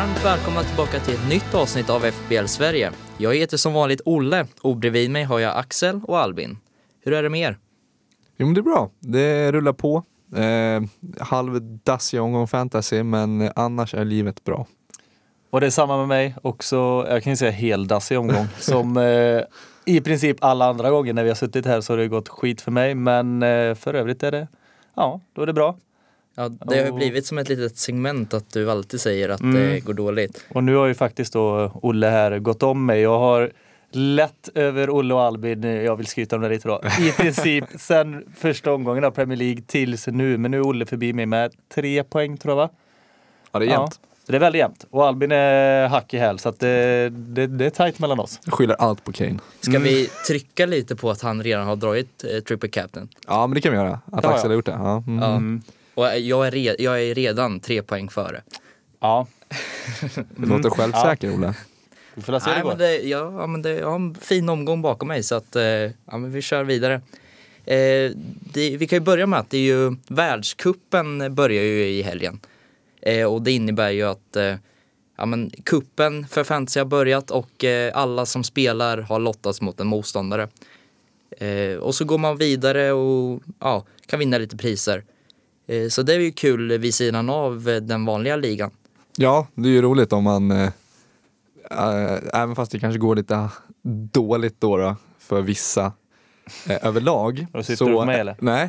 Varmt välkomna tillbaka till ett nytt avsnitt av FBL Sverige. Jag heter som vanligt Olle och bredvid mig har jag Axel och Albin. Hur är det med er? Jo, men det är bra. Det rullar på. Halvdassig omgång fantasy, men annars är livet bra. Och det är samma med mig också. Jag kan ju säga heldassig omgång. Som i princip alla andra gånger när vi har suttit här så har det gått skit för mig. Men för övrigt är det, ja, då är det bra. Ja, det har ju blivit som ett litet segment att du alltid säger att det går dåligt. Och nu har ju faktiskt då Olle här gått om mig. Jag har lätt över Olle och Albin. Jag vill skryta om det lite då. I princip sen första omgången av Premier League tills nu. Men nu är Olle förbi mig med 3 poäng tror jag, va? Ja, det är jämnt. Ja, det är väldigt jämnt. Och Albin är hack i häl. Så att det är tajt mellan oss. Jag skyller allt på Kane. Ska vi trycka lite på att han redan har dragit triple captain? Ja, men det kan vi göra. Att Axel har gjort det. Ja. Mm. Ja. Och jag är redan 3 poäng före. Ja. Du låter självsäker, Olle. Vi får se det går. Jag har en fin omgång bakom mig så att men vi kör vidare. Vi kan ju börja med att det är ju världskuppen börjar ju i helgen. Och det innebär ju att kuppen för fantasy har börjat och alla som spelar har lottats mot en motståndare. Och så går man vidare och kan vinna lite priser. Så det är ju kul vid sidan av den vanliga ligan. Ja, det är ju roligt om man även fast det kanske går lite dåligt då för vissa överlag. Och sitter du med eller? Nej.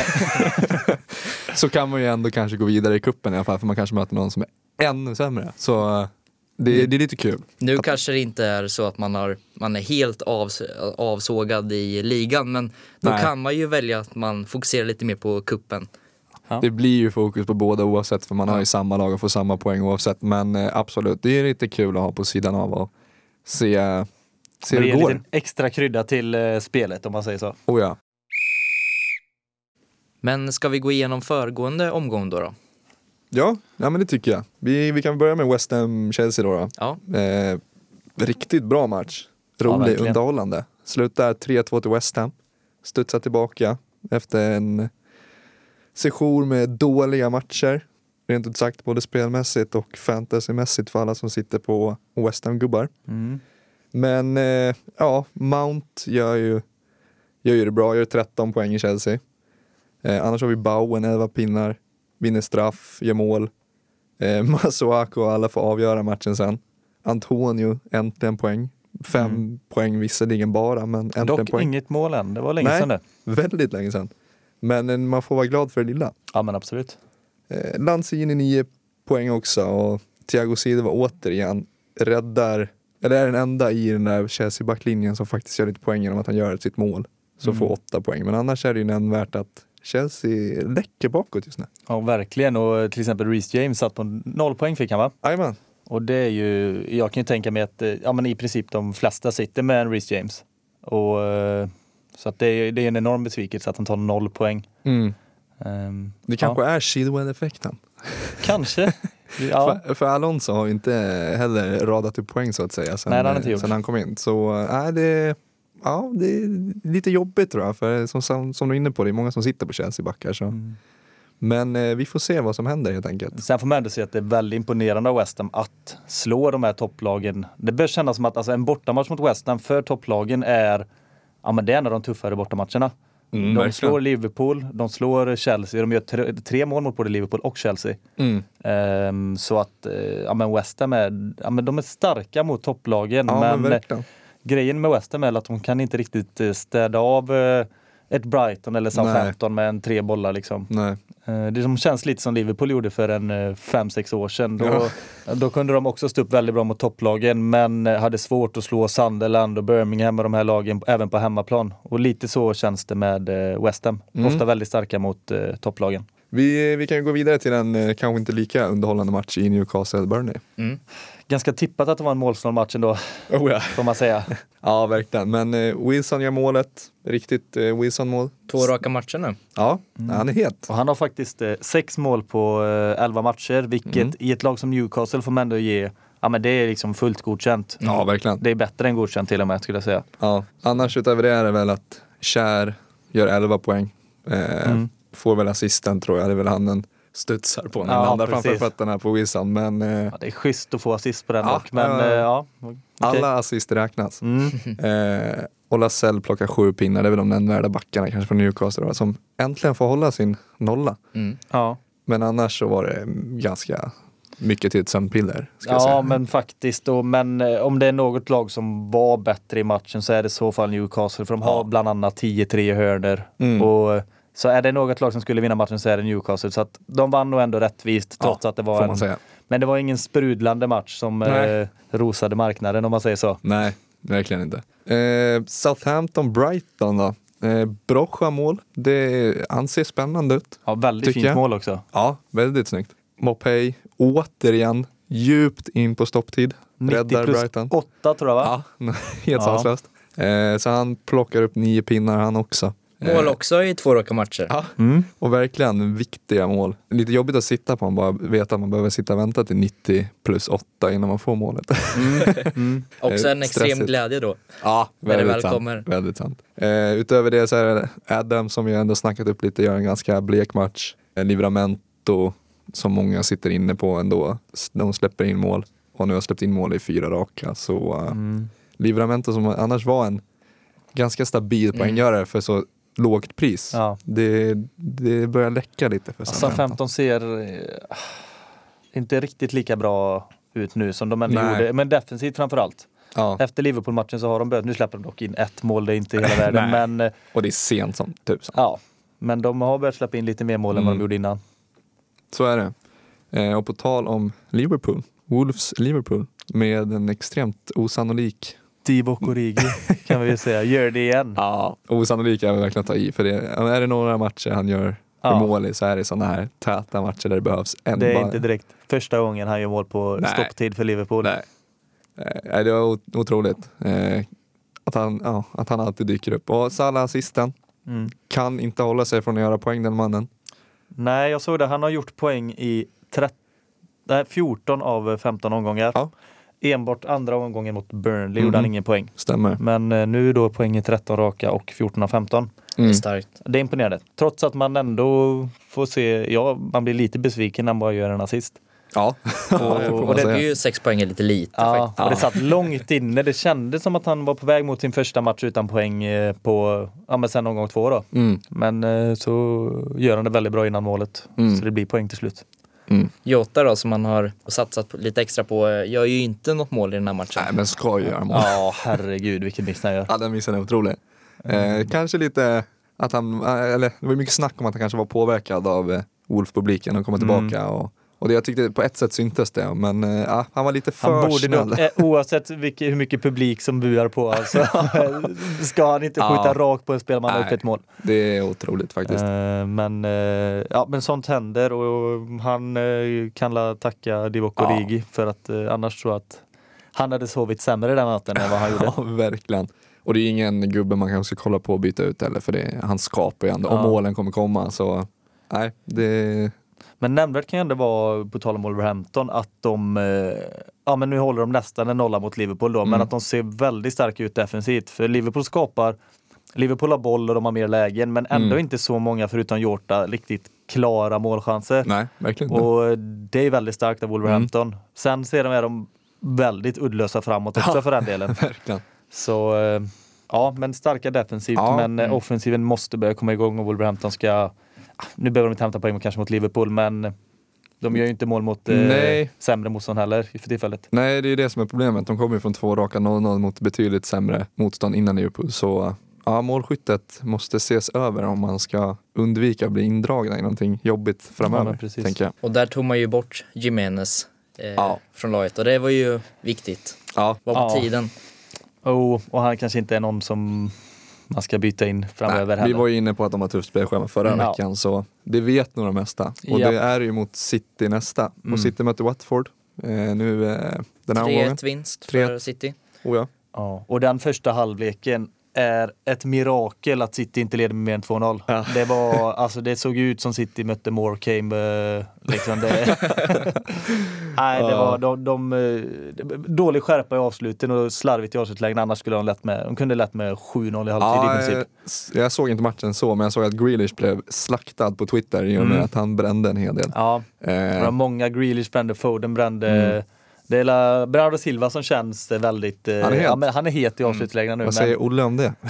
Så kan man ju ändå kanske gå vidare i kuppen i alla fall, för man kanske möter någon som är ännu sämre. Så det är lite kul. Nu kanske det inte är så att man är helt avsågad i ligan, men då kan man ju välja att man fokuserar lite mer på kuppen. Ja. Det blir ju fokus på båda oavsett, för man har ju samma lag och får samma poäng oavsett. Men absolut, det är lite kul att ha på sidan av och se hur det går. Lite extra krydda till spelet, om man säger så. Oh ja. Men ska vi gå igenom föregående omgång då? Ja, men det tycker jag. Vi kan börja med West Ham-Chelsea då. Ja. Riktigt bra match. Rolig, underhållande. Slutar 3-2 till West Ham. Studsar tillbaka efter en session med dåliga matcher. Rent ut sagt, både spelmässigt och fantasymässigt för alla som sitter på West Ham-gubbar. Mm. Men Mount gör ju det bra. Gör 13 poäng i Chelsea. Annars har vi Bowen, 11 pinnar. Vinner straff, gör mål. Masuaku och alla får avgöra matchen sen. Antonio, äntligen poäng. 5 poäng visserligen bara, men äntligen dock poäng. Inget mål än, det var länge sedan det. Väldigt länge sedan. Men man får vara glad för det lilla. Ja, men absolut. Lanzini 9 poäng också. Och Thiago Silva återigen räddar, eller är den enda i den där Chelsea-backlinjen som faktiskt gör lite poäng genom att han gör sitt mål. Så får 8 poäng. Men annars är det ju nämnvärt att Chelsea läcker bakåt just nu. Ja, verkligen. Och till exempel Reece James satt på 0 poäng fick han, va? Jajamän. Och det är ju, jag kan ju tänka mig att men i princip de flesta sitter med en Reece James. Och så att det är en enorm besvikelse att han tar 0 poäng. Det kanske är Chilwell-effekten. Kanske. Ja. För Alonso har ju inte heller radat upp poäng så att säga sen han kom in. Så det är lite jobbigt tror jag. För som du är inne på, det är många som sitter på Chelsea-backar. Så. Men vi får se vad som händer helt enkelt. Sen får man ändå se att det är väldigt imponerande av West Ham att slå de här topplagen. Det bör kännas som att en bortamatch mot West Ham för topplagen är det är en av de tuffare bortamatcherna. De slår Liverpool, de slår Chelsea, de gör 3 mål mot både Liverpool och Chelsea. Så att West Ham de är starka mot topplagen. Men grejen med West Ham är att de kan inte riktigt städa av ett Brighton eller Southampton med en 3 bollar liksom. Nej. Det som känns lite som Liverpool gjorde för en 5-6 år sedan. Då kunde de också stå upp väldigt bra mot topplagen, men hade svårt att slå Sunderland och Birmingham och de här lagen även på hemmaplan. Och lite så känns det med West Ham. Ofta väldigt starka mot topplagen. Vi kan gå vidare till en kanske inte lika underhållande match i Newcastle-Burnley. Ganska tippat att det var en målsnål match ändå, får man säga. Ja, verkligen. Men Wilson gör målet. Riktigt Wilson-mål. 2 raka matcher nu. Ja, han är het. Och han har faktiskt 6 mål på 11 matcher, vilket i ett lag som Newcastle får man ändå ge. Ja, men det är liksom fullt godkänt. Ja, verkligen. Det är bättre än godkänt till och med, skulle jag säga. Ja, annars utöver det är det väl att Kjär gör 11 poäng. Får väl assisten tror jag. Det är väl han den studsar på när han landar framför fötterna på Wissam. Men, ja, det är schysst att få assist på den dock. Men, okay. Alla assist räknas. Och Lascelles plockar 7 pinnar. Det är väl de nämnvärda backarna kanske från Newcastle då, som äntligen får hålla sin nolla. Ja. Men annars så var det ganska mycket till ett sömnpiller. Ja, men faktiskt. Men om det är något lag som var bättre i matchen så är det i så fall Newcastle. För de har bland annat 10-3 hörner. Och så är det något lag som skulle vinna matchen så är det Newcastle. Så att de vann nog ändå rättvist trots att det var men det var ingen sprudlande match som rosade marknaden om man säger så. Nej, verkligen inte. Southampton-Brighton då. Brocha-mål. Det anser spännande ut. Ja, väldigt fint mål också. Ja, väldigt snyggt. Mopay återigen djupt in på stopptid. 90 plus Brighton. 8 tror jag va? Ja, helt sanslöst. Så han plockar upp 9 pinnar han också. Mål också i 2 raka matcher. Ja, och verkligen viktiga mål. Lite jobbigt att sitta på, man bara vet att man behöver sitta och vänta till 90 plus 8 innan man får målet. Också en extrem glädje då. Ja, väldigt sant. Väldigt sant. Utöver det så är det Adam som vi ändå snackat upp lite, gör en ganska blek match. Livramento som många sitter inne på ändå. De släpper in mål. Och nu har släppt in mål i 4 raka. Så Livramento som annars var en ganska stabil poänggörare för så lågt pris. Ja. Det börjar läcka lite för Southampton ser inte riktigt lika bra ut nu som de ändå gjorde. Men defensivt framförallt. Ja. Efter Liverpool-matchen så har de börjat. Nu släpper de dock in 1 mål, det är inte hela världen. Men, och det är sent som tusan. Ja, men de har börjat släppa in lite mer mål än vad de gjorde innan. Så är det. Och på tal om Liverpool. Wolves Liverpool med en extremt osannolik Divock Origi kan vi säga. Gör det igen. Ja, osannolik är verkligen att ta i. För det, är det några matcher han gör mål i så är det sådana här täta matcher där det behövs en. Det är inte direkt första gången han gör mål på stopptid för Liverpool. Nej. Det var otroligt. Att han alltid dyker upp. Och Salah assisten kan inte hålla sig från att göra poäng, den mannen. Nej, jag såg det. Han har gjort poäng i 14 av 15 omgångar. Ja. Enbart andra omgången mot Burnley gjorde han ingen poäng. Stämmer. Men nu då poäng i 13 raka och 14 av 15. Det är starkt. Det är imponerande. Trots att man ändå får se, man blir lite besviken när man bara gör en assist. Ja. och det är ju 6 poäng är lite lite faktiskt. Och det satt långt inne. Det kändes som att han var på väg mot sin första match utan poäng på sen omgång 2 då. Men så gör han det väldigt bra innan målet. Så det blir poäng till slut. Jota då, som man har satsat lite extra på, gör ju inte något mål i den här matchen. Nej, men ska ju göra mål. Ja, herregud vilken miss han gör. Ja, den missen är otrolig. Kanske lite att han, eller det var mycket snack om att han kanske var påverkad av Wolf-publiken och komma tillbaka och det jag tyckte på ett sätt syntes det, men han var lite för snäll. Oavsett hur mycket publik som buar på, alltså, ska han inte skjuta rakt på en spelare man har upp ett mål. Det är otroligt faktiskt. Men sånt händer och han kan tacka Divock Origi för att annars tror jag att han hade sovit sämre den natten än vad han gjorde. Ja, verkligen. Och det är ingen gubbe man kanske ska kolla på och byta ut heller, för han skapar ju ändå. Och målen kommer komma, så nej, det... Men nämnvärt kan ju ändå vara, på tal om Wolverhampton, att de men nu håller de nästan en nolla mot Liverpool då, men att de ser väldigt starka ut defensivt. För Liverpool har boll och de har mer lägen, men ändå inte så många förutom Jota riktigt klara målchanser. Nej, verkligen inte. Och det är väldigt starkt av Wolverhampton. Sen ser de väldigt uddlösa framåt också för den delen. Verkligen. Så men starka defensivt, men offensiven måste börja komma igång och Wolverhampton ska... Nu behöver de inte hämta poäng kanske mot Liverpool, men de gör ju inte mål mot sämre motstånd heller för tillfället. Nej, det är det som är problemet. De kommer ju från 2 raka 0-0 mot betydligt sämre motstånd innan Liverpool. Så målskyttet måste ses över om man ska undvika att bli indragna i någonting jobbigt framöver, tänker jag. Och där tog man ju bort Jimenez från laget och det var ju viktigt. Var på tiden. Och han kanske inte är någon som man ska byta in framöver heller. Vi var ju inne på att de har tufft spelschema förra veckan, så det vet nog de mesta. Och det är ju mot City nästa. Och City möter Watford nu den här omgången. 3-1 vinst för City. Ja. Och den första halvleken är ett mirakel att City inte leder med mer än 2-0. Ja. Det var, alltså det såg ut som City mötte Morecambe. Liksom det. Nej, det var dålig skärpa i avsluten och slarvigt i avslutlägen. Annars skulle de kunde lätt med 7-0 i halvtid i princip. Jag såg inte matchen så, men jag såg att Grealish blev slaktad på Twitter i och med att han brände en hel del. Ja, det var många. Grealish brände, Foden brände. Det är Bernardo Silva som känns väldigt... Han är het i avslutslägena nu. Vad säger Olle om det?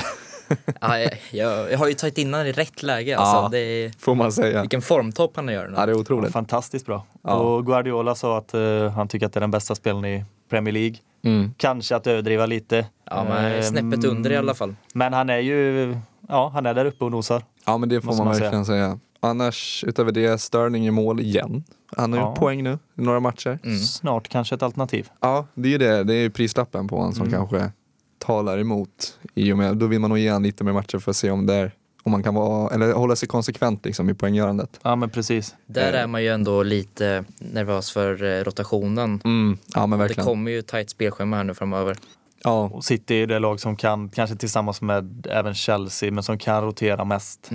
Jag har ju tagit in i rätt läge. Alltså. Det är, får man säga. Vilken formtopp han gör nu. Ja, det är otroligt. Fantastiskt bra. Ja. Och Guardiola sa att han tycker att det är den bästa spelaren i Premier League. Kanske att överdriva lite. Ja, men snäppet under i alla fall. Men han är ju... Ja, han är där uppe och nosar. Ja, men det får man verkligen säga. Annars, utöver det, Sterling i mål igen. Han har ju poäng nu i några matcher. Snart kanske ett alternativ. Ja, det är ju det. Det är ju prislappen på honom som kanske talar emot. I och med, då vill man nog ge han lite mer matcher för att se om man kan vara, eller hålla sig konsekvent liksom i poänggörandet. Ja, men precis. Där är man ju ändå lite nervös för rotationen. Ja, men verkligen. Det kommer ju tajt spelschema här nu framöver. Ja. Och City är det lag som kan, kanske tillsammans med även Chelsea, men som kan rotera mest.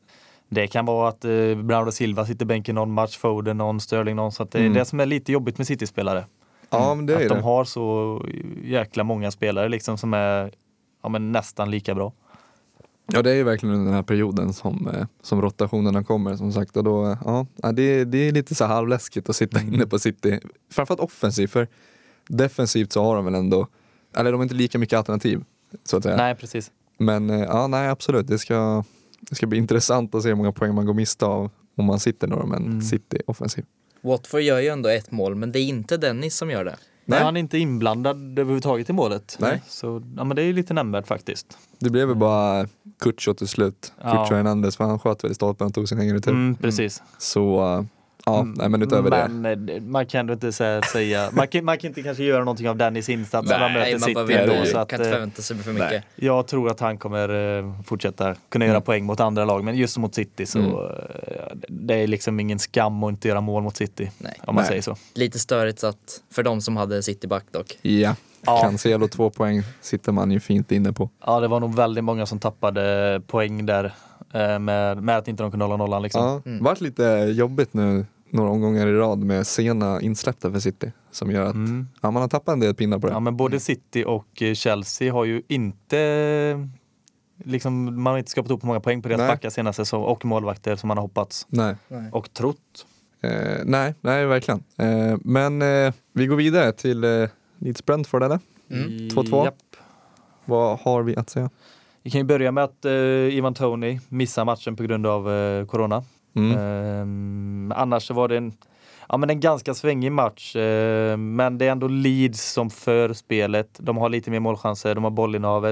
Det kan vara att Bernardo Silva sitter bänken någon match, Foden någon, Sterling någon. Så att det är det som är lite jobbigt med City-spelare. Ja, men det är att de har så jäkla många spelare liksom som är men nästan lika bra. Ja, det är ju verkligen under den här perioden som rotationerna kommer, som sagt. Och då, det är lite så halvläskigt att sitta inne på City. Framförallt offensivt, för defensivt så har de väl ändå, eller de har inte lika mycket alternativ, så att säga. Nej, precis. Men nej, absolut. Det ska bli intressant att se hur många poäng man går miste av om man sitter några, men City offensiv. Watford gör ju ändå ett mål, men det är inte Dennis som gör det. Nej, han är inte inblandad överhuvudtaget i målet. Nej. Så men det är ju lite nämnvärt faktiskt. Det blev väl bara Kutcho till slut. Kutcho Hernandez, för han sköt väl i stolpen och tog sin egen retur. Precis. Så nej, men utöver det. Man kan ju inte säga man kan inte kanske göra någonting av Dennis insats när man möter City. Man kan inte förvänta sig för mycket. Jag tror att han kommer fortsätta kunna göra poäng mot andra lag, men just mot City så det är liksom ingen skam att inte göra mål mot City. Nej. Om man säger så. Lite störigt att för de som hade City back dock. Ja. Cancelo 2 poäng sitter man ju fint inne på. Ja, det var nog väldigt många som tappade poäng där med att inte de kunde hålla nollan liksom. Ja, vart lite jobbigt nu några omgångar i rad med sena insläppta för City som gör att man har tappat en del pinnar på det. Ja, men både City och Chelsea har ju inte liksom, man har inte skapat upp många poäng på deras backar senaste säsong och målvakter som man har hoppats. Nej. Och trott. Nej, verkligen. Men vi går vidare till Leeds Brentford, eller? 2-2. Japp. Vad har vi att säga? Vi kan ju börja med att Ivan Toney missar matchen på grund av corona. Annars så var det en ganska svängig match, men det är ändå Leeds som för spelet. De har lite mer målchanser, de har bollinnehavet.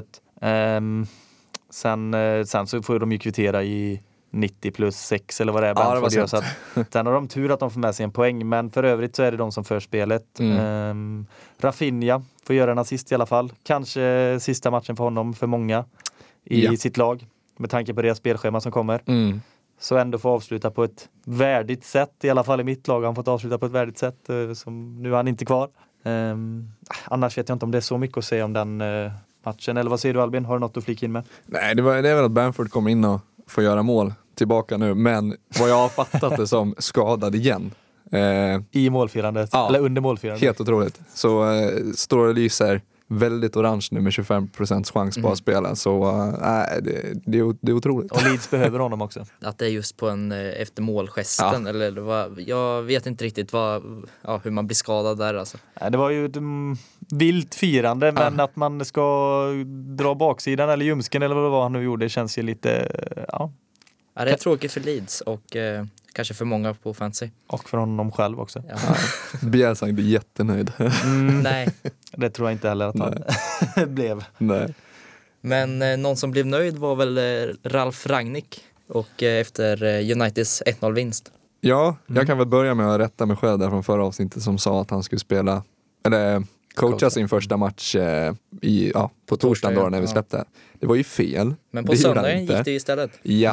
Sen så får de ju kvittera i 90+6 eller vad det är. Ja, det var så sen har de tur att de får med sig en poäng, men för övrigt så är det de som för spelet. Rafinha får göra en assist i alla fall. Kanske sista matchen för honom för många i sitt lag, med tanke på deras spelschema som kommer. Så ändå får avsluta på ett värdigt sätt. I alla fall i mitt lag har han fått avsluta på ett värdigt sätt. Som nu är han inte kvar. Annars vet jag inte om det är så mycket att säga om den matchen. Eller vad säger du, Albin? Har du något att flika in med? Nej, det är väl att Bamford kommer in och får göra mål tillbaka nu. Men vad jag har fattat det som skadad igen. I målfirandet? Eller under målfirandet? Helt otroligt. Så står och lyser väldigt orange nu med 25% chans på att spela. Så det är otroligt. Och Leeds behöver honom också. Att det är just på en efter målgesten. Eller jag vet inte riktigt hur man blir skadad där. Alltså. Det var ju ett vilt firande, men att man ska dra baksidan eller ljumsken eller vad han nu gjorde, det känns ju lite... Ja, det är tråkigt för Leeds och kanske för många på fantasy. Och för honom själv också. Bielsa är inte jättenöjd. Nej. Det tror jag inte heller att han blev. Nej. Men någon som blev nöjd var väl Ralf Rangnick och efter Uniteds 1-0-vinst. Ja, jag kan väl börja med att rätta mig själv där från förra avsnittet som sa att han skulle spela, eller coacha sin första match på torsdagen då när vi släppte. Det var ju fel. Men på söndagen gick det istället. Ja,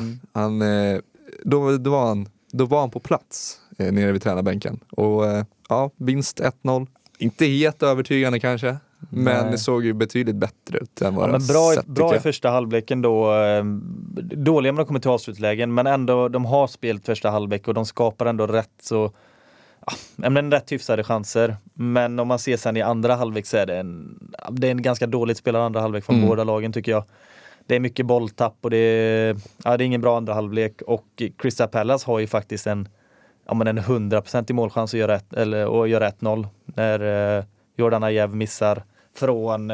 då var han på plats nere vid tränarbänken. Och vinst 1-0. Inte helt övertygande kanske. Men det såg ju betydligt bättre ut än vad men bra i första halvleken då. Dåliga när de kommer till avslutlägen, men ändå de har spelat första halvlek och de skapar ändå rätt rätt hyfsade chanser. Men om man ser sen i andra halvlek så är det en ganska dåligt spelad andra halvlek från båda lagen tycker jag. Det är mycket bolltapp och det är ingen bra andra halvlek, och Crystal Palace har ju faktiskt en 100% i målchans att göra 1-0 när Jordan Ayew missar från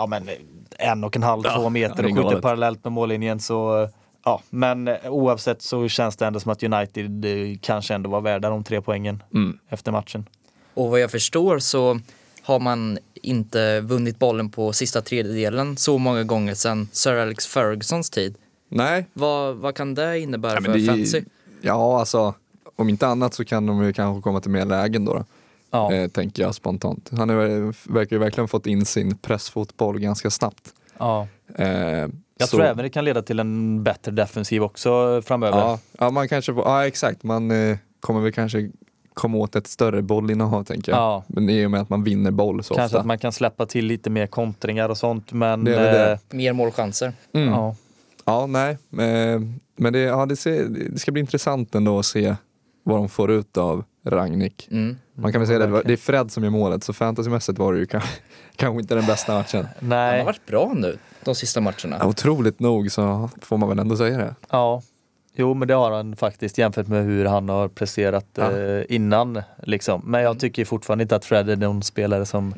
1,5-2 meter och skjuter parallellt med mållinjen. Så men oavsett så känns det ändå som att United kanske ändå var värda de 3 poängen efter matchen. Och vad jag förstår så har man inte vunnit bollen på sista tredjedelen så många gånger sedan Sir Alex Fergusons tid. Nej. Vad kan det innebära för fantasy? Ja, alltså om inte annat så kan de ju kanske komma till mer lägen då. Tänker jag spontant. Han verkar ju verkligen fått in sin pressfotboll ganska snabbt. Ja. Jag tror även det kan leda till en bättre defensiv också framöver. Ja, man kanske exakt. Man kommer väl kanske komma åt ett större bollinnehav, tänker jag. Ja. Men i och med att man vinner boll så kanske ofta. Att man kan släppa till lite mer kontringar och sånt, men mer målchanser. Ja, nej. Men det ska bli intressant ändå att se vad de får ut av Rangnick. Man kan väl säga det är Fred som gör målet, så fantasymässigt var det ju kanske inte den bästa matchen. Nej. Han har varit bra nu de sista matcherna. Ja, otroligt nog så får man väl ändå säga det. Ja. Jo, men det har han faktiskt jämfört med hur han har presterat innan. Liksom. Men jag tycker fortfarande inte att Fred är någon spelare som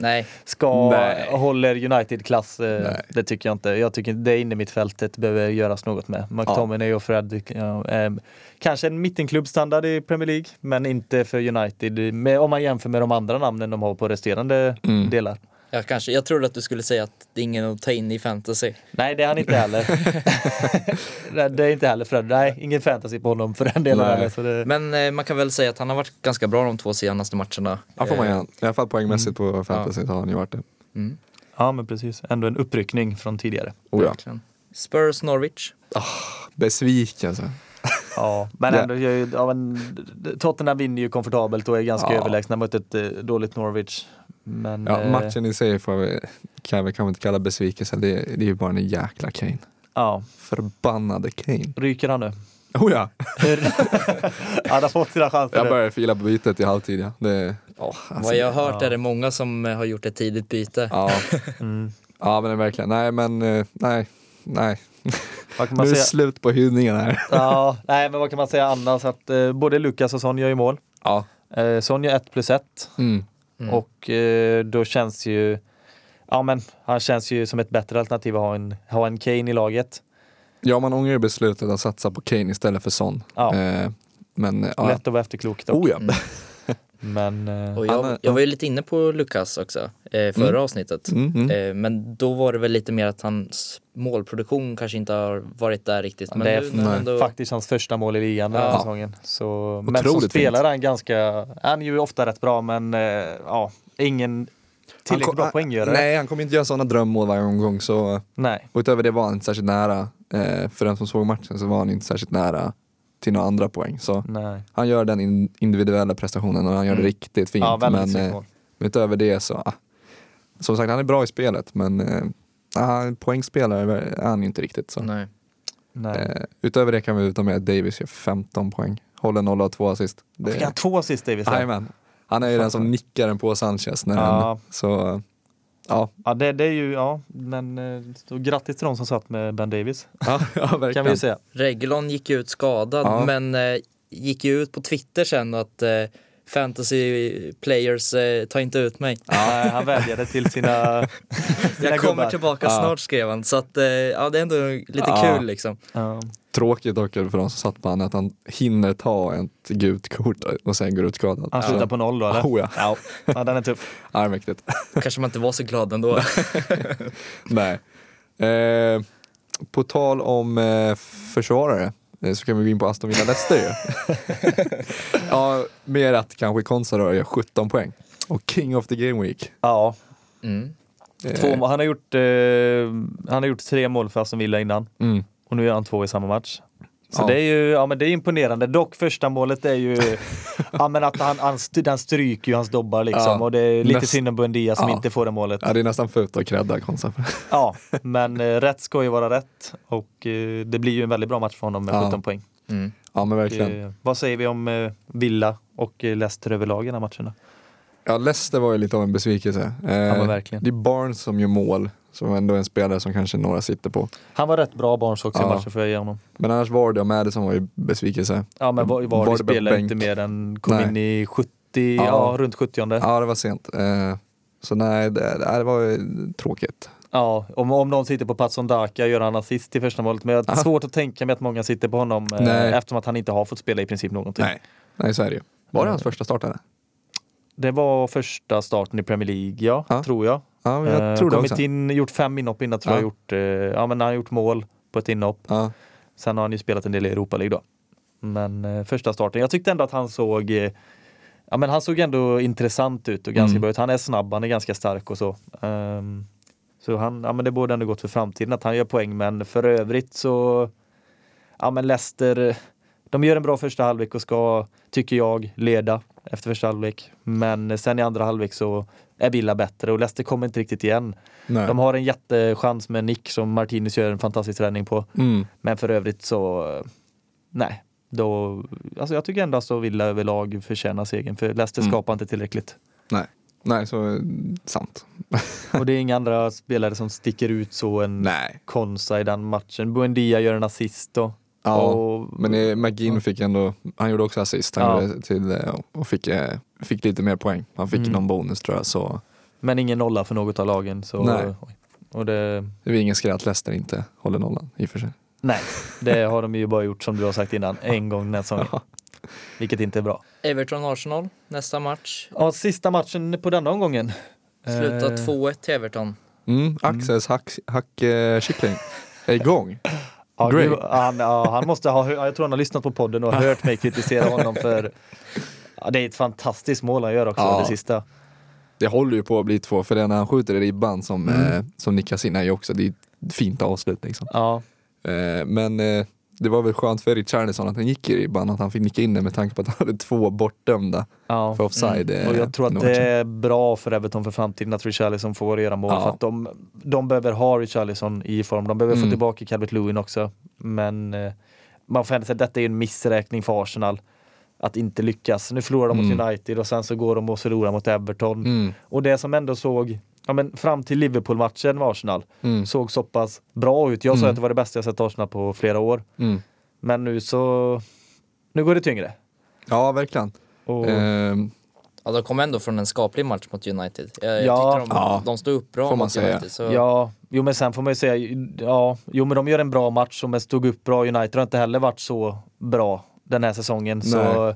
håller United-klass. Det tycker jag inte. Jag tycker det är inne i mitt fältet behöver göras något med. McTominay och Fred kanske en mittenklubbstandard i Premier League, men inte för United. Om man jämför med de andra namnen de har på resterande delar. Jag trodde att du skulle säga att det är ingen att ta in i fantasy. Nej, det är han inte heller. Det är inte heller Fred. Nej, ingen fantasy på honom för den delen heller, så det... Men man kan väl säga att han har varit ganska bra de 2 senaste matcherna. Ja, får man igen. I alla fall poängmässigt på fantasy så har han ju varit det. Ja, men precis. Ändå en uppryckning från tidigare. Spurs Norwich. Besvikelse. Ja, men ändå Tottenham vinner ju komfortabelt och är ganska överlägsna mot ett dåligt Norwich. Men, matchen i sig kan vi inte kalla besvikelse. Det är ju bara en jäkla Kane. Ja. Förbannade Kane. Ryker han nu? Oh ja. Han har fått sina chanser. Jag börjar fila på bytet i halvtid. Ja. Vad jag har hört är det många som har gjort ett tidigt byte. Ja, ja men det är verkligen. Nej. Nu är det slut på hyllningarna här. Ja, nej, men vad kan man säga annars? Att både Lucas och Son gör ju mål. Ja. Son gör 1+1. Och då känns ju han känns ju som ett bättre alternativ att ha en Kane i laget. Ja, man ångrar ju beslutet att satsa på Kane istället för Son. Ja. Men lätt att vara efterklok dock. Men, och jag var ju lite inne på Lucas också förra avsnittet. Men då var det väl lite mer att hans målproduktion kanske inte har varit där riktigt. Men det är faktiskt hans första mål i ligan den här säsongen. Så, men som spelare han är ju ofta rätt bra, men ingen tillräckligt bra poänggörare. Nej, han kommer inte göra sådana drömmål varje gång. Så. Nej. Och utöver det var han inte särskilt nära. För den som såg matchen så var han inte särskilt nära till några andra poäng. Så han gör den individuella prestationen och han gör det riktigt fint. Ja, men utöver det så som sagt, han är bra i spelet, men poängspelare är han inte riktigt. Så. Nej. Utöver det kan vi ta med att Davis gör 15 poäng. Håller 0 av 2 assist. Fick han 2 assist, Davis? Jajamän. Han är ju den som nickar den på Sanchez. När det är ju, men så grattis till de som satt med Ben Davis. Ja, verkligen. Kan vi ju säga. Reguilon gick ut skadad, men gick ju ut på Twitter sen att fantasy players tar inte ut mig. Ja, han vädjade till sina jag kommer gubbar. Tillbaka snart, skrev han. Så att det är ändå lite kul liksom. Tråkigt dock för de som satt på honom att han hinner ta ett gult kort och sen går ut skadad. Han slutar på 0 då, eller? Ja, den är tuff. Ja, mäktigt. Kanske man inte var så glad ändå. Nej. På tal om försvarare så kan vi gå in på Aston Villa Leicester. Mer att kanske Konsa gör 17 poäng. Och King of the Game Week. Ja. Han har gjort 3 mål för Aston Villa innan. Och nu gör han 2 i samma match. Så det är ju men det är imponerande. Dock första målet är ju men att han stryker ju hans dobbar liksom. Och det är lite synd om Buendia som inte får det målet. Ja, det är nästan fult att credda Konsa. Ja, men rätt ska ju vara rätt. Och det blir ju en väldigt bra match för honom med 17 poäng. Mm. Ja, men verkligen. Vad säger vi om Villa och Leicester överlag i den här matcherna? Ja, Leicester var ju lite av en besvikelse. Men verkligen. Det är Barnes som gör mål, som ändå är en spelare som kanske några sitter på. Han var rätt bra, Barnes också i matchen, för jag ge honom. Men annars var det och Madison var ju besvikelse. Ja, men var det spelade inte mer än kom in i 70, runt 70:e. Ja, det var sent. Så nej, det var ju tråkigt. Ja, om någon sitter på Patson Daka gör han assist i första målet. Men det är svårt att tänka mig att många sitter på honom eftersom att han inte har fått spela i princip någonting. Nej, så är det ju. Var det hans första start eller? Det var första starten i Premier League, tror jag. Ja, jag tror det också. Gjort 5 inhopp innan, tror jag. Men han har gjort mål på ett inhopp. Ja. Sen har han ju spelat en del i Europa League då. Men första starten. Jag tyckte ändå att han såg han såg ändå intressant ut och ganska bra ut. Han är snabb, han är ganska stark och så. Så han, det borde ändå gått för framtiden att han gör poäng, men för övrigt så Leicester, de gör en bra första halvlek och ska, tycker jag, leda efter första halvlek. Men sen i andra halvlek så är Villa bättre och Leicester kommer inte riktigt igen. Nej. De har en jättechans med Nick som Martinez gör en fantastisk träning på. Men för övrigt så nej. Då, jag tycker ändå att Villa överlag förtjänar segern, för Leicester skapar inte tillräckligt. Nej, så sant. Och det är inga andra spelare som sticker ut så en Konsa i den matchen. Buendia gör en assist då. Ja, men McGinn fick ändå, han gjorde också assist. Han gjorde till, och fick lite mer poäng. Han fick någon bonus, tror jag. Så. Men ingen nolla för något av lagen. Så, nej. Och det är ingen skräll att Leicester inte håller nollan i och för sig. Nej, det har de ju bara gjort, som du har sagt innan, en gång den här säsongen. Vilket inte är bra. Everton-Arsenal, nästa match. Ja, sista matchen på denna omgången. Sluta 2-1 till Everton. Axels hackkyckling är igång. Han måste ha, jag tror han har lyssnat på podden och hört mig kritisera honom för det är ett fantastiskt mål han gör också, det sista. Det håller ju på att bli 2, för det när han skjuter i ribban som nickas in är ju också, det är ett fint avslut liksom. Ja. Men det var väl skönt för Richarlison att han gick i ribban, att han fick nicka in det med tanke på att han hade 2 bortdömda för offside. Och jag tror att det är bra för Everton för framtiden att Richarlison får göra mål, för att de behöver ha Richarlison i form. De behöver få tillbaka Calvert-Lewin också. Men man får ändå säga att detta är en missräkning för Arsenal att inte lyckas. Nu förlorar de mot United och sen så går de och förlorar mot Everton. Och det som ändå såg fram till Liverpool-matchen med Arsenal såg så pass bra ut. Jag sa att det var det bästa jag sett Arsenal på flera år. Men nu går det tyngre. Ja, verkligen. De kom ändå från en skaplig match mot United. Jag tyckte de stod upp bra mot United. Så. Ja, men sen får man ju säga men de gör en bra match som stod upp bra. United har inte heller varit så bra den här säsongen. Nej. Så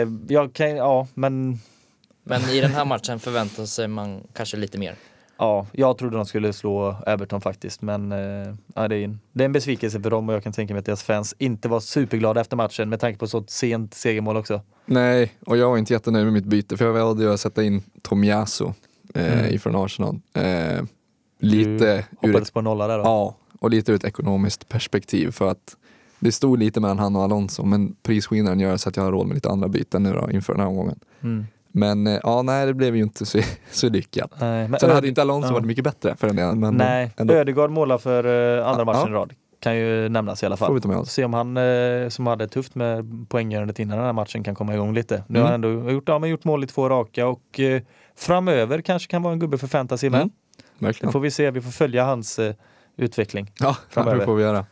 Men i den här matchen förväntar sig man kanske lite mer. Ja, jag trodde de skulle slå Everton faktiskt, men det är en besvikelse för dem, och jag kan tänka mig att deras fans inte var superglada efter matchen med tanke på så sent segermål också. Nej, och jag var inte jättenöjd med mitt byte, för jag valde ju att sätta in Tomiyasu ifrån Arsenal. Lite hoppades på nolla där då? Ja, och lite ur ett ekonomiskt perspektiv, för att det stod lite mellan han och Alonso, men prisskillnaden gör så att jag har råd med lite andra byten nu då, inför den här omgången. Men det blev ju inte så lyckat. Sen hade inte Alonso varit mycket bättre för den delen. Men Ödegaard målar för andra matchen i rad. Kan ju nämnas i alla fall. Se om han som hade tufft med poänggörandet innan den här matchen kan komma igång lite. Nu har han ändå gjort mål i 2 raka, och framöver kanske kan vara en gubbe för fantasy med. Det får vi se, vi får följa hans utveckling. Ja, det får vi göra.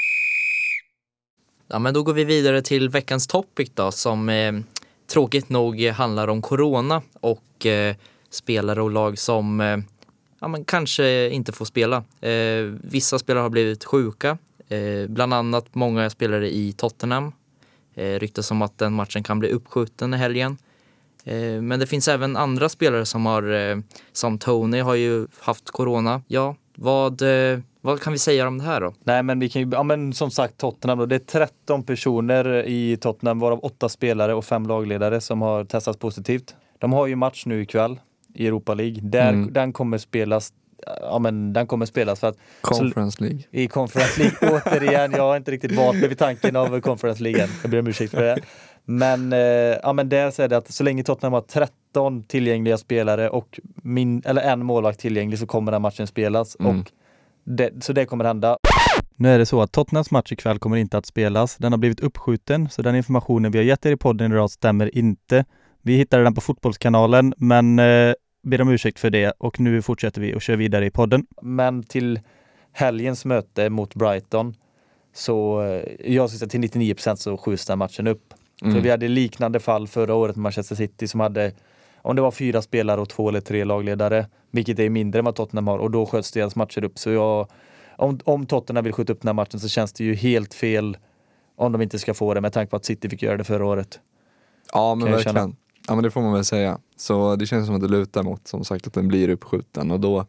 Ja, men då går vi vidare till veckans topic då, som tråkigt nog handlar om corona och spelare och lag som kanske inte får spela. Vissa spelare har blivit sjuka, bland annat många spelare i Tottenham. Ryktas om att den matchen kan bli uppskjuten i helgen. Men det finns även andra spelare som Tony har ju haft corona. Ja, vad kan vi säga om det här då? Nej, men vi kan ju, som sagt, Tottenham då, det är 13 personer i Tottenham, varav 8 spelare och 5 lagledare som har testats positivt. De har ju match nu ikväll i Europa League. Den kommer spelas ja, men den kommer spelas för att Conference League. I Conference League återigen, jag har inte riktigt valt mig vid tanken av Conference League. Jag ber om ursäkt för det. Men, ja, men där säger det att så länge Tottenham har 13 tillgängliga spelare och en målvakt tillgänglig så kommer den matchen spelas. Och så det kommer hända. Nu är det så att Tottenhams match ikväll kommer inte att spelas. Den har blivit uppskjuten, så den informationen vi har gett er i podden idag stämmer inte. Vi hittade den på Fotbollskanalen, men ber om ursäkt för det. Och nu fortsätter vi och kör vidare i podden. Men till helgens möte mot Brighton så jag syns att till 99% så skjuts den matchen upp. För vi hade liknande fall förra året med Manchester City som hade, om det var 4 spelare och 2 eller 3 lagledare, vilket är mindre än vad Tottenham har, och då sköts deras matcher upp. Så om Tottenham vill skjuta upp den här matchen så känns det ju helt fel om de inte ska få det, med tanke på att City fick göra det förra året. Ja, men verkligen. Ja, men det får man väl säga. Så det känns som att det lutar mot, som sagt, att den blir uppskjuten. Och då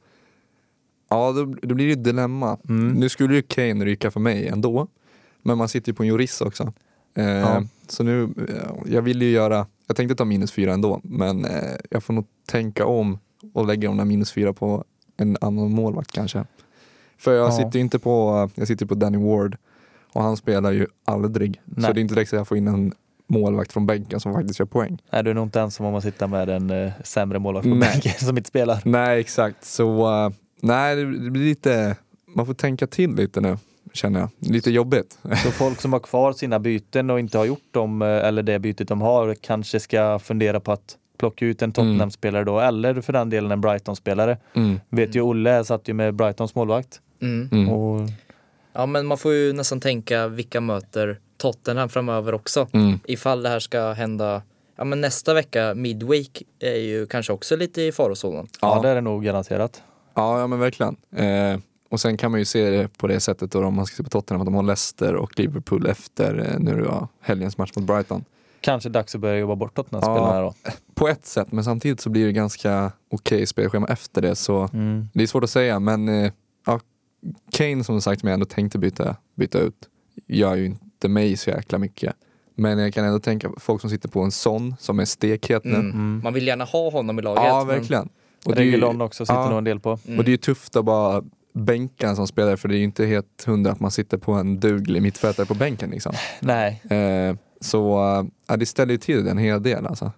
blir det ju ett dilemma. Nu skulle ju Kane ryka för mig ändå. Men man sitter ju på en jurist också. Så nu, jag vill ju jag tänkte ta -4 ändå. Men jag får nog tänka om och lägga de där -4 på en annan målvakt kanske. För jag sitter ju inte på, jag sitter på Danny Ward. Och han spelar ju aldrig. Nej. Så det är inte direkt att jag får in en målvakt från bänken som faktiskt gör poäng. Nej, du är nog inte ensam om att sitta med en sämre målvakt från bänken som inte spelar. Nej, exakt. Så nej, det blir lite, man får tänka till lite nu, känner jag. Lite jobbigt. Så folk som har kvar sina byten och inte har gjort dem, eller det bytet de har, kanske ska fundera på att plocka ut en Tottenham-spelare då, eller för den delen en Brighton-spelare. Vet ju, Olle satt ju med Brightons målvakt. Och... Ja, men man får ju nästan tänka vilka möter Tottenham framöver också. Ifall det här ska hända, ja, men nästa vecka, midweek, är ju kanske också lite i farozonen. Ja, det är det nog garanterat. Ja, men verkligen. Och sen kan man ju se det på det sättet då, om man ska se på Tottenham, att de har Leicester och Liverpool efter nu då, helgens match mot Brighton. Kanske dags att börja jobba bort Tottenham-spelarna då. På ett sätt, men samtidigt så blir det ganska okej spelschema efter det, så det är svårt att säga, men Kane, som sagt, som jag ändå tänkte byta ut, gör ju inte mig så jäkla mycket. Men jag kan ändå tänka folk som sitter på en sån som är stekhet nu. Man vill gärna ha honom i laget. Ja, verkligen. Och Reguilon också sitter nog en del på. Och det är ju tufft att bara bänka en som spelare, för det är ju inte helt 100 att man sitter på en duglig mittfältare på bänken liksom. Nej. Så det ställer ju till en hel del alltså.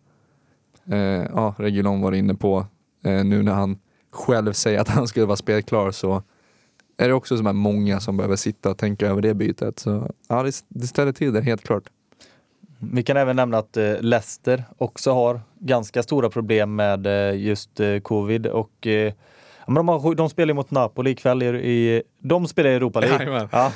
Reguilon var inne på nu när han själv säger att han skulle vara spelklar, så är det också som är många som behöver sitta och tänka över det bytet. Så ja, det ställer till det helt klart. Vi kan även nämna att Leicester också har ganska stora problem med just covid, och de spelar mot Napoli ikväll de spelar i Europa League. Ja.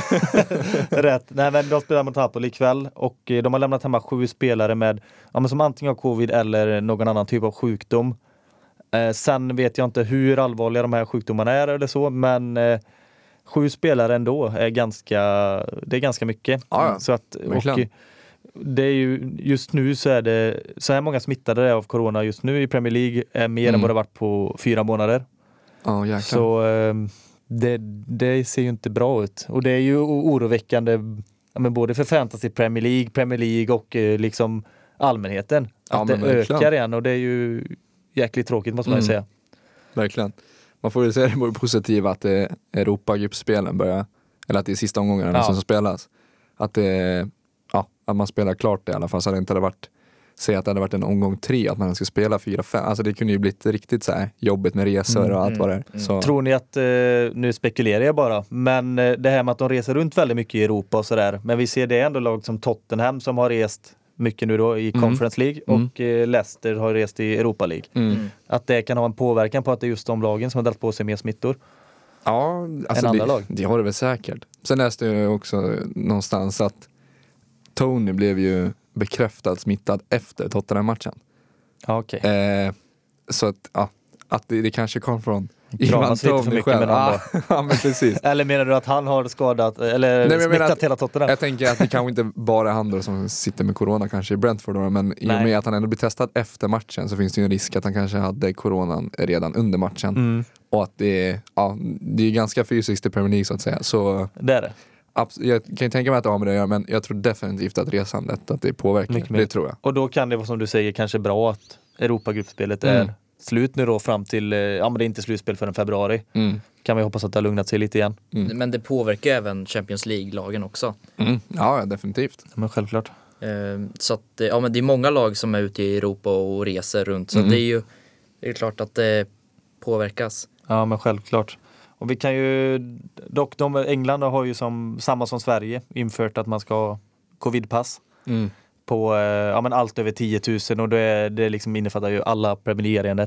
Rätt. Nej, men de spelar mot Napoli ikväll, och de har lämnat hemma 7 spelare med som antingen har covid eller någon annan typ av sjukdom. Sen vet jag inte hur allvarliga de här sjukdomarna är eller så, men 7 spelare ändå är ganska mycket. Ja, så att, och det är ju, just nu så är det så här många smittade av corona just nu i Premier League, är mer än vad det varit på 4 månader. Så det ser ju inte bra ut, och det är ju oroväckande, både för fantasy, Premier League och liksom allmänheten, att det ökar igen, och det är ju jäkligt tråkigt, måste man ju säga. Verkligen. Man får ju säga det positiva att Europa-gruppspelen börjar, eller att det är sista omgången som spelas. Att att man spelar klart det i alla fall, så hade det inte varit, säg att det hade varit en omgång 3, att man ska spela 4-5. Alltså det kunde ju blivit riktigt så här jobbigt med resor och allt vad det är. Så. Tror ni att, nu spekulerar jag bara, men det här med att de reser runt väldigt mycket i Europa och sådär, men vi ser det ändå lag som Tottenham som har rest mycket nu då i Conference League, och Leicester har rest i Europa League. Att det kan ha en påverkan på att det är just de lagen som har delt på sig mer smittor. Ja, alltså det har det väl säkert. Sen läste jag också någonstans att Tony blev ju bekräftad smittad efter Tottenham-matchen. Okej. Så att det kanske kom från Ivan Tony själv. Ja, men precis. Eller menar du att han har skadat eller smittat hela Tottenham? Jag tänker att det kanske inte bara är han då som sitter med corona kanske i Brentford då, men i och med att han ändå blir testad efter matchen så finns det ju en risk att han kanske hade coronan redan under matchen. Och att det är ganska fysiskt i Premier League så att säga. Så det är det. Jag kan tänka mig att det har med det att göra, men jag tror definitivt att resandet, att det påverkar. Det tror jag. Och då kan det vara, som du säger, kanske bra att Europagruppspelet är slut nu då fram till, ja men det är inte slutspel förrän februari. Kan vi hoppas att det har lugnat sig lite igen. Men det påverkar även Champions League-lagen också. Ja, definitivt. Ja, men självklart. Så att, ja, men det är många lag som är ute i Europa och reser runt. Så det är klart att det påverkas. Ja, men självklart. Och vi kan ju, dock England har ju samma som Sverige infört att man ska ha covidpass på ja, men allt över 10 000 och det liksom innefattar ju alla Premier League-arenor.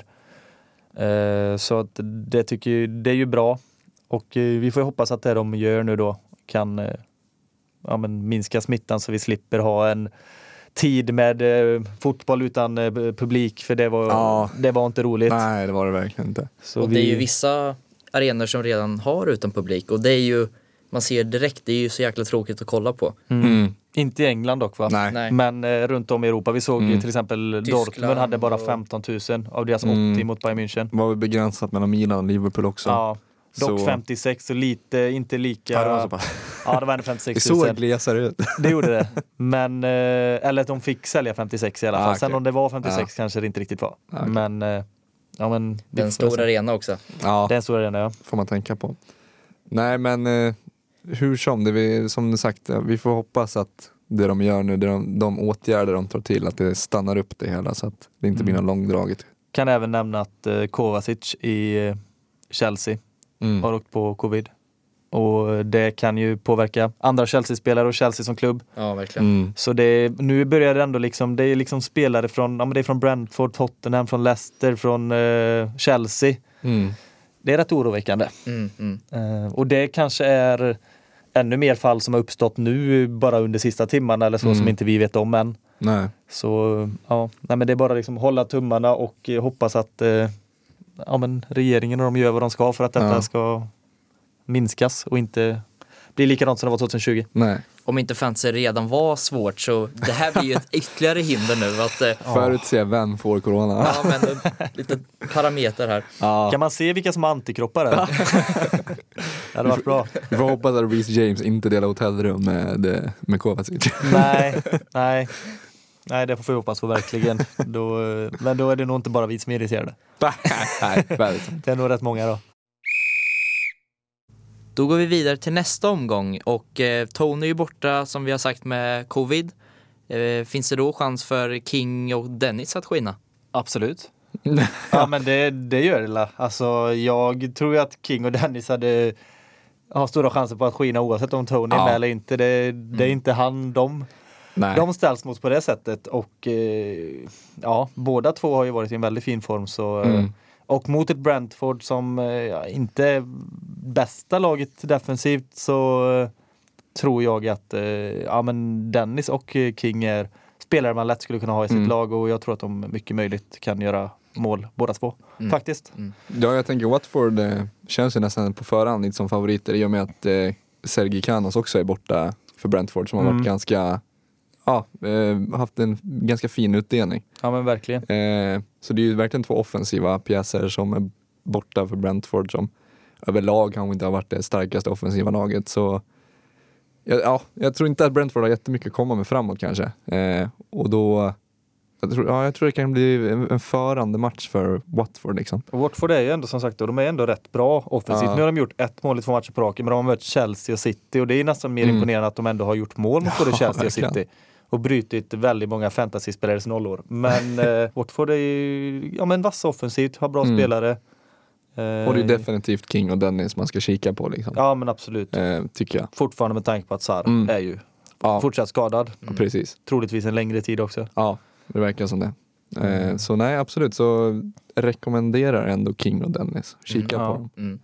Så att det är ju bra och vi får ju hoppas att det de gör nu då kan ja, men minska smittan så vi slipper ha en tid med fotboll utan publik för det var inte roligt. Nej, det var det verkligen inte. Så och det är ju vissa arenor som redan har utan publik och det är ju, man ser direkt, det är ju så jäkla tråkigt att kolla på. Inte i England dock va? Nej. Men runt om i Europa. Vi såg till exempel Tyskland, Dortmund hade bara 15 000 av deras 80 mot Bayern München. Var väl begränsat mellan Milan och Liverpool också. Ja, dock 56 och inte lika. Ja, det var så pass. Ja, det var 56 000. Det såg glesare ut. Det gjorde det. Men, eller att de fick sälja 56 i alla fall. Sen okay. om det var 56 kanske det inte riktigt var. Okay. Men, ja men. Det är en stor arena också. Ja, det är en stor arena, ja. Får man tänka på. Nej, men hur som du sagt, vi får hoppas att det de gör nu, de åtgärder de tar till, att det stannar upp det hela så att det inte blir något långdraget. Kan även nämna att Kovacic i Chelsea har åkt på covid. Och det kan ju påverka andra Chelsea-spelare och Chelsea som klubb. Ja, verkligen. Så nu börjar det ändå liksom, det är liksom spelare från, ja, men det är från Brentford, Tottenham, från Leicester, från Chelsea. Det är rätt oroväckande. Och det kanske är ännu mer fall som har uppstått nu bara under sista timmarna eller så som inte vi vet om än. Nej. Så ja, men det är bara liksom hålla tummarna och hoppas att ja, men regeringen och de gör vad de ska för att detta ska minskas och inte bli likadant som det var 2020. Nej. Om inte fantasy redan var svårt så det här blir ju ett ytterligare hinder nu. Att, förutse vem får corona. Ja, men lite parameter här. Ja. Kan man se vilka som har antikroppar? Det hade varit bra. Vi får hoppas att Reece James inte delar hotellrum med Kovacic. Nej, det får vi hoppas på verkligen. Men då är det nog inte bara vi som är irriterade. Nej, väldigt. Det är nog rätt många då. Då går vi vidare till nästa omgång och Tony är borta som vi har sagt med covid. Finns det då chans för King och Dennis att skina? Absolut. Ja, men det gör det. Alltså, jag tror ju att King och Dennis har stora chanser på att skina oavsett om Tony är med eller inte. Det är inte de ställs mot på det sättet och ja, båda två har ju varit i en väldigt fin form så och mot ett Brentford som inte är bästa laget defensivt så tror jag att ja, men Dennis och King är spelare man lätt skulle kunna ha i sitt lag och jag tror att de mycket möjligt kan göra mål båda två, faktiskt. Ja, jag tänker Watford känns ju nästan på förhand lite som favoriter i och med att Sergi Canos också är borta för Brentford som har varit ganska haft en ganska fin utdelning. Ja, men verkligen. Så det är ju verkligen två offensiva pjäser som är borta för Brentford som överlag kanske inte har varit det starkaste offensiva laget. Så jag tror inte att Brentford har jättemycket att komma med framåt kanske. Och då jag tror det kan bli en förande match för Watford liksom. Och Watford är ju ändå som sagt, de är ändå rätt bra offensivt. Nu har de gjort 1 mål i 2 matcher på raken, men de har mött Chelsea och City och det är nästan mer imponerande att de ändå har gjort mål mot både Chelsea och City. Och brytit väldigt många fantasy-spelares nollor. Men Watford är ju vassa offensivt, har bra spelare. Och det är definitivt King och Dennis man ska kika på liksom. Ja, men absolut. Tycker jag. Fortfarande med tanke på att Sarr är ju fortsatt skadad. Precis. Troligtvis en längre tid också. Ja, det verkar som det. Så nej, absolut. Så rekommenderar ändå King och Dennis. Kika på dem.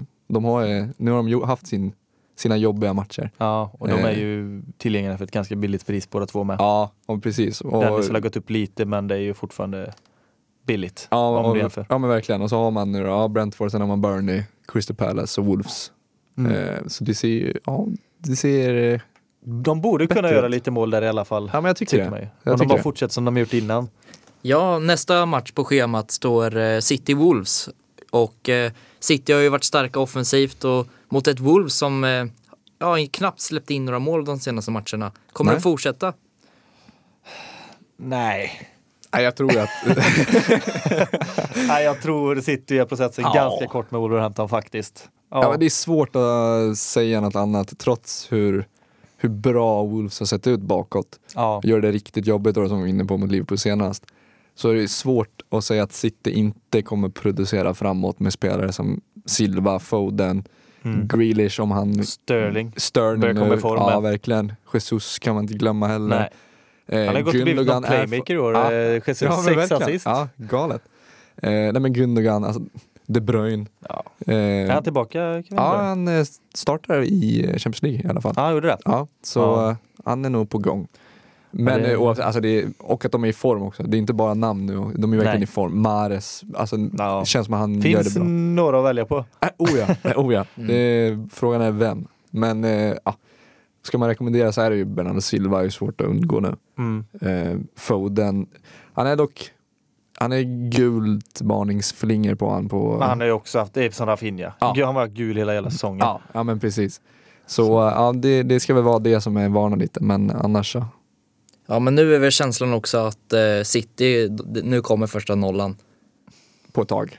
Nu har de haft sina jobbiga matcher. Ja, och de är ju tillgängliga för ett ganska billigt pris båda två med. Ja, och precis. Och Dennis har gått upp lite, men det är ju fortfarande billigt. Ja, men verkligen. Och så har man nu Brentford, sen har man Burnley, Crystal Palace och Wolves. Så det ser de borde kunna göra lite mål där i alla fall. Ja, men jag tycker det. Om de bara fortsätter som de gjort innan. Ja, nästa match på schemat står City Wolves. Och City har ju varit starka offensivt och mot ett Wolves som knappt släppt in några mål de senaste matcherna. Kommer det fortsätta? Nej. Nej, jag tror att... Nej, jag tror City är processen ganska kort med Wolverhampton faktiskt. Ja, men det är svårt att säga något annat trots hur bra Wolves har sett ut bakåt. Gör det riktigt jobbigt då, som vi var inne på mot Liverpool senast. Så är det svårt att säga att City inte kommer producera framåt med spelare som Silva, Foden, Grealish om han... Sterling nu, ja, verkligen. Jesus kan man inte glömma heller. Nej. Han har gått och blivit någon playmaker i år. Jesus 6 assist. Ja, galet. Nej, men Gundogan, alltså De Bruyne. Är han tillbaka? Ja, han startar i Champions League i alla fall. Ja, gjorde det. Ja, så han är nog på gång. Men alltså och att de är i form också. Det är inte bara namn nu. De är verkligen i form. Mahrez, alltså det känns som att han gör det bra. Finns några att välja på? Ja. Frågan är vem. Men ska man rekommendera så är det ju Bernardo Silva, är svårt att undgå nu. Foden, han är gult varningsflinger på han på... Men han har ju också haft, det är som Rafinha. Han var gul hela säsongen. Ja, men precis. Så det ska väl vara det som är varnar lite, men annars så. Ja, men nu är väl känslan också att City, nu kommer första nollan. På ett tag.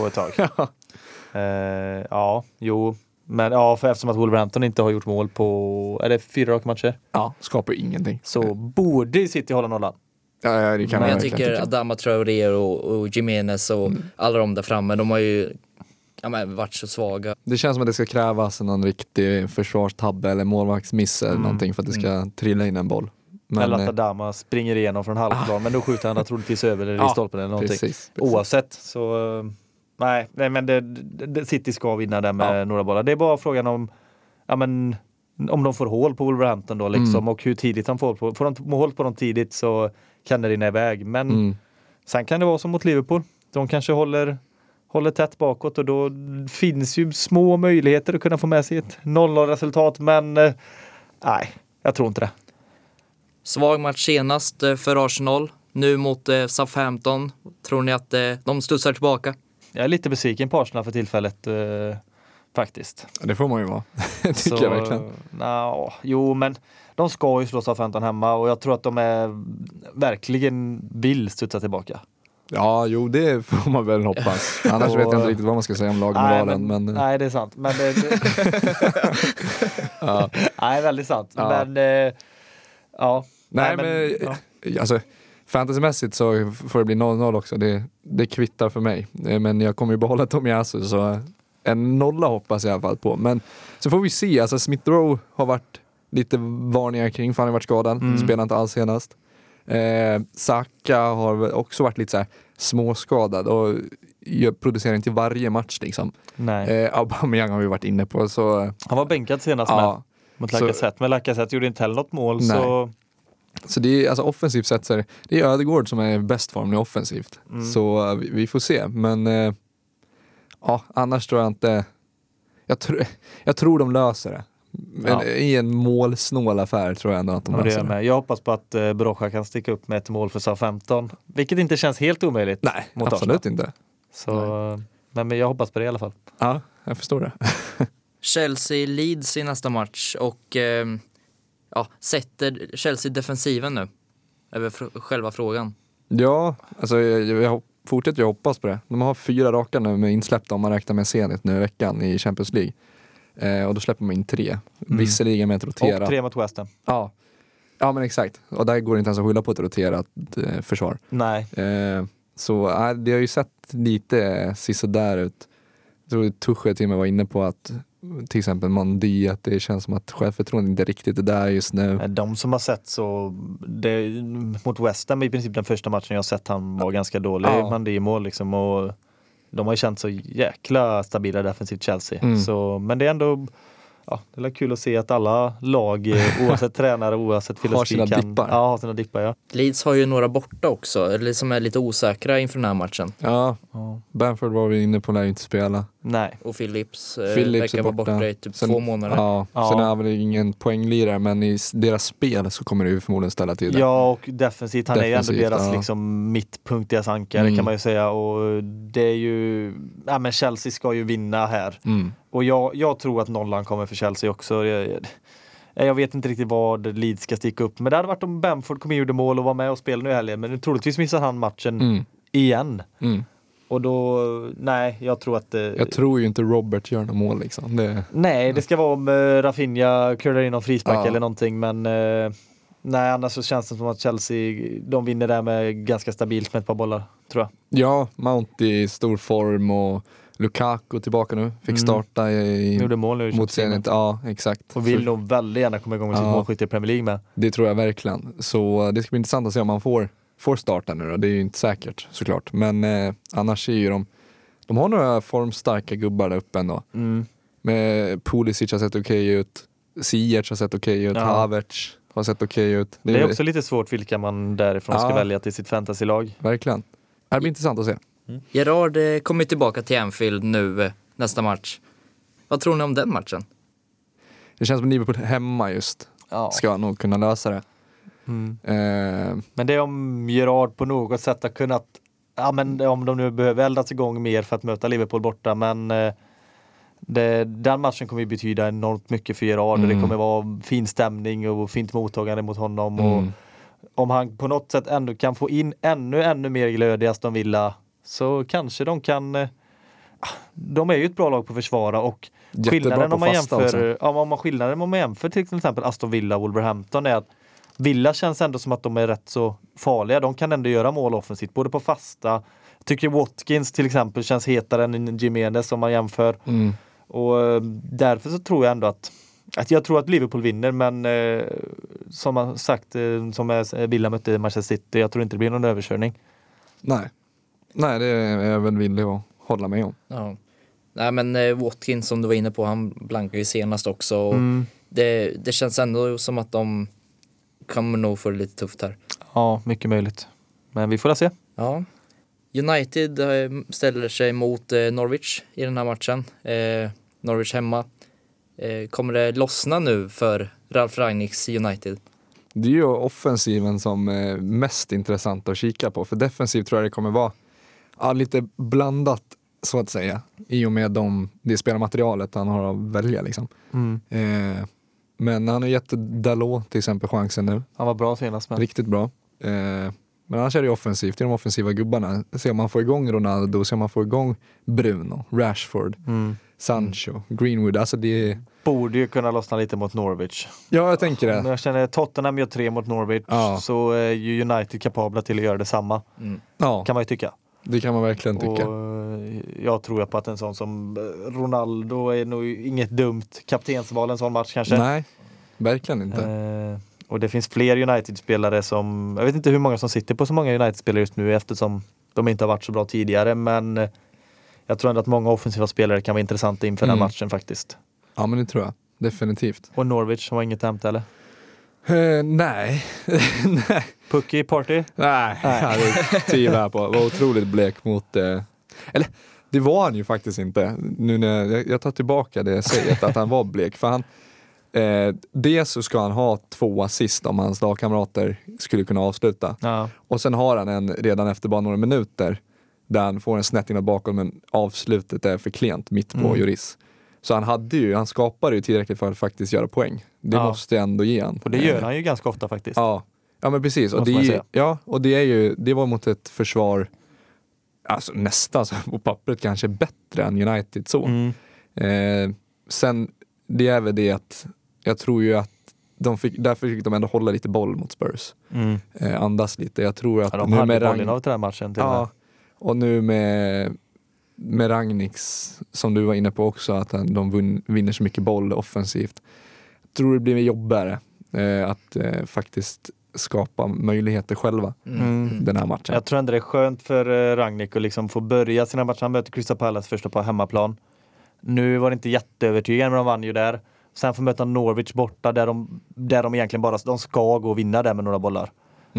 Men för eftersom att Wolverhampton inte har gjort mål på, är det 4 raka matcher? Ja, skapar ingenting. Så borde City hålla nollan. Ja, det kan men jag tycker Adama Traoré och Jimenez och alla de där framme, de har ju varit så svaga. Det känns som att det ska krävas någon riktig försvarstabbe eller målvaktsmiss eller någonting för att det ska trilla in en boll. Men, eller att Adama springer igenom från halvplan, men då skjuter han troligtvis över eller i stolpen eller någonting. Precis. Oavsett så nej men det City ska vinna där med några bollar. Det är bara frågan om om de får hål på Wolverhampton då liksom, och hur tidigt de får de hål på dem tidigt så kan det rinna iväg. Men sen kan det vara som mot Liverpool. De kanske håller tätt bakåt och då finns ju små möjligheter att kunna få med sig ett 0-0 resultat, men nej, jag tror inte det. Svag match senast för Arsenal. Nu mot Southampton. Tror ni att de studsar tillbaka? Jag är lite besviken på Arsenal för tillfället faktiskt. Det får man ju vara. Tycker jag verkligen. Jo, men de ska ju slå Southampton hemma och jag tror att de verkligen vill studsa tillbaka. Ja, jo, det får man väl hoppas. Annars vet jag inte riktigt vad man ska säga om lagmoralen. Nej, det är sant. Men nej, väldigt sant. Ja. Men alltså fantasymässigt så får det bli 0-0 också. Det kvittar för mig. Men jag kommer ju behålla Tomiyasu, så en nolla hoppas jag i alla fall på. Men så får vi se. Alltså Smith Rowe har varit lite varningar kring, för han har varit skadad. Spelar inte alls senast. Saka har också varit lite så här småskadad och producerar inte varje match liksom. Aubameyang har vi varit inne på, så han var bänkad senast mot Lacazette, men Lacazette gjorde inte heller något mål. Så det är, alltså offensivt sett så är det är Ödegaard som är bäst form nu offensivt. Så vi får se, men annars tror jag inte, jag tror de löser det. Men i en målsnål affär tror jag ändå att de löser det. Jag hoppas på att Brocha kan sticka upp med ett mål för Southampton, vilket inte känns helt omöjligt. Nej, mot absolut inte. Så, men jag hoppas på det i alla fall. Ja, jag förstår det. Chelsea Leeds i nästa match och sätter Chelsea defensiven nu? Över själva frågan. Ja, alltså jag fortsätter ju hoppas på det. De har 4 raka nu med insläppta om man räknar med Zenit nu i veckan i Champions League. Och då släpper man in 3. Visserligen med ett roterat. Och 3 mot West Ham. Ja, men exakt. Och där går det inte ens att skylla på ett roterat försvar. Nej. Så det har ju sett lite sisådär ut. Jag tror Tuchel till och med var inne på att till exempel Mondi, att det känns som att självförtroendet inte riktigt är där just nu. De som har sett så mot West Ham i princip den första matchen jag har sett, han var ganska dålig. Mondi i mål liksom, och de har ju känt så jäkla stabila defensivt Chelsea. Så, men det är ändå det är kul att se att alla lag, oavsett tränare, oavsett filosofi, ha sina dippar. Leeds har ju några borta också, eller som är lite osäkra inför den här matchen. Ja. Bamford var vi inne på när inte spela. Nej. Och Phillips verkar vara borta i typ 2 månader. Sen är väl ingen poänglirare, men i deras spel så kommer det ju förmodligen ställa till det. Ja, och defensivt, han är ju ändå deras liksom mittpunkt, deras ankare kan man ju säga, och det är ju men Chelsea ska ju vinna här. Och jag tror att nollan kommer för Chelsea också. Jag vet inte riktigt vad Leeds ska sticka upp. Men det hade varit om Bamford kom in och gjorde mål och var med och spelade nu i helgen. Men troligtvis missar han matchen igen. Och då, nej, jag tror att... jag tror ju inte Robert gör något mål liksom. Nej, det ska vara om Rafinha klurrar in någon frispark eller någonting. Men nej, annars så känns det som att Chelsea, de vinner där med ganska stabilt med ett par bollar, tror jag. Ja, Mount i stor form och Lukaku tillbaka nu. Fick starta gjorde mål nu mot Zenit. Ja, exakt. Och vill nog väldigt gärna komma igång med sitt målskytte i Premier League med. Det tror jag verkligen. Så det ska bli intressant att se om man får starta nu då. Det är ju inte säkert såklart. Men annars är ju de har några formstarka gubbar där uppe ändå. Med Pulisic har sett okej ut. Ziyech har sett okej ut. Havertz har sett okej ut. Det är också lite svårt vilka man därifrån ska välja till sitt fantasylag. Verkligen. Det blir intressant att se. Gerard kommer tillbaka till Anfield nu nästa match. Vad tror ni om den matchen? Det känns som Liverpool hemma just ska nog kunna lösa det. Men det är om Gerard på något sätt har kunnat, men om de nu behöver eldas igång mer för att möta Liverpool borta, men den matchen kommer ju betyda enormt mycket för Gerard. Det kommer vara fin stämning och fint mottagande mot honom och om han på något sätt ändå kan få in ännu mer glöd i Aston Villa, så kanske de kan. De är ju ett bra lag på att försvara och skillnaden om man jämför till exempel Aston Villa och Wolverhampton är att Villa känns ändå som att de är rätt så farliga. De kan ändå göra mål offensivt, både på fasta. Jag tycker Watkins till exempel känns hetare än Jimenez om man jämför. Och därför så tror jag ändå att jag tror att Liverpool vinner, men som man sagt, som Villa mötte Manchester City, jag tror inte det blir någon överkörning. Nej, det är jag väl villig att hålla med om. Ja. Nej, men Watkins som du var inne på, han blankade ju senast också. Och det känns ändå som att de kommer nog få det lite tufft här. Ja, mycket möjligt. Men vi får se. Ja. United ställer sig mot Norwich i den här matchen. Norwich hemma. Kommer det lossna nu för Ralf Rangnicks United? Det är ju offensiven som är mest intressant att kika på. För defensiv tror jag det kommer vara lite blandat så att säga. I och med det spelarmaterialet han har att välja liksom. Men han har gett Dalot till exempel chansen nu. Han var bra senast. Riktigt bra. Men annars är det offensivt. Det är de offensiva gubbarna. Se om man får igång Ronaldo, se om man får igång Bruno, Rashford, Sancho, Greenwood. Alltså det borde ju kunna lossna lite mot Norwich. Ja, jag tänker det. Men jag känner att Tottenham gör 3 mot Norwich, så är ju United kapabla till att göra detsamma. Kan man ju tycka. Det kan man verkligen tycka. Och jag tror på att en sån som Ronaldo är nog inget dumt kaptensval en sån match kanske. Nej, verkligen inte. Och det finns fler United-spelare som, jag vet inte hur många som sitter på så många United-spelare just nu eftersom de inte har varit så bra tidigare, men jag tror ändå att många offensiva spelare kan vara intressanta inför den här matchen faktiskt. Ja, men det tror jag. Definitivt. Och Norwich har inget hämt eller? Nej. Nej. Pucky Party? Nej. Det tvivlar jag på. Var otroligt blek mot... Eller, det var han ju faktiskt inte. Nu när jag tar tillbaka det jag säger att han var blek. För han... dels så ska han ha 2 assist om hans lagkamrater skulle kunna avsluta. Och sen har han en redan efter bara några minuter där han får en snett inåt bakom, men avslutet är för klent mitt på Juris. Så han skapade ju tillräckligt för att faktiskt göra poäng. Det måste jag ändå ge han. Och det gör han ju ganska ofta faktiskt. Ja men precis. Och det var mot ett försvar alltså nästan på pappret kanske bättre än United så. Sen det är väl det att jag tror ju att därför fick de ändå hålla lite boll mot Spurs. Andas lite. Jag tror att de hade bollen av den här matchen till och nu med Rangnicks som du var inne på också, att de vinner så mycket boll offensivt. Jag tror det blir jobbigare att faktiskt skapa möjligheter själva den här matchen. Jag tror ändå det är skönt för Rangnick att liksom få börja sina matcher. Han möter Crystal Palace första på hemmaplan. Nu var det inte jätteövertygande, men de vann ju där. Sen får möta Norwich borta där de egentligen bara de ska gå och vinna där med några bollar.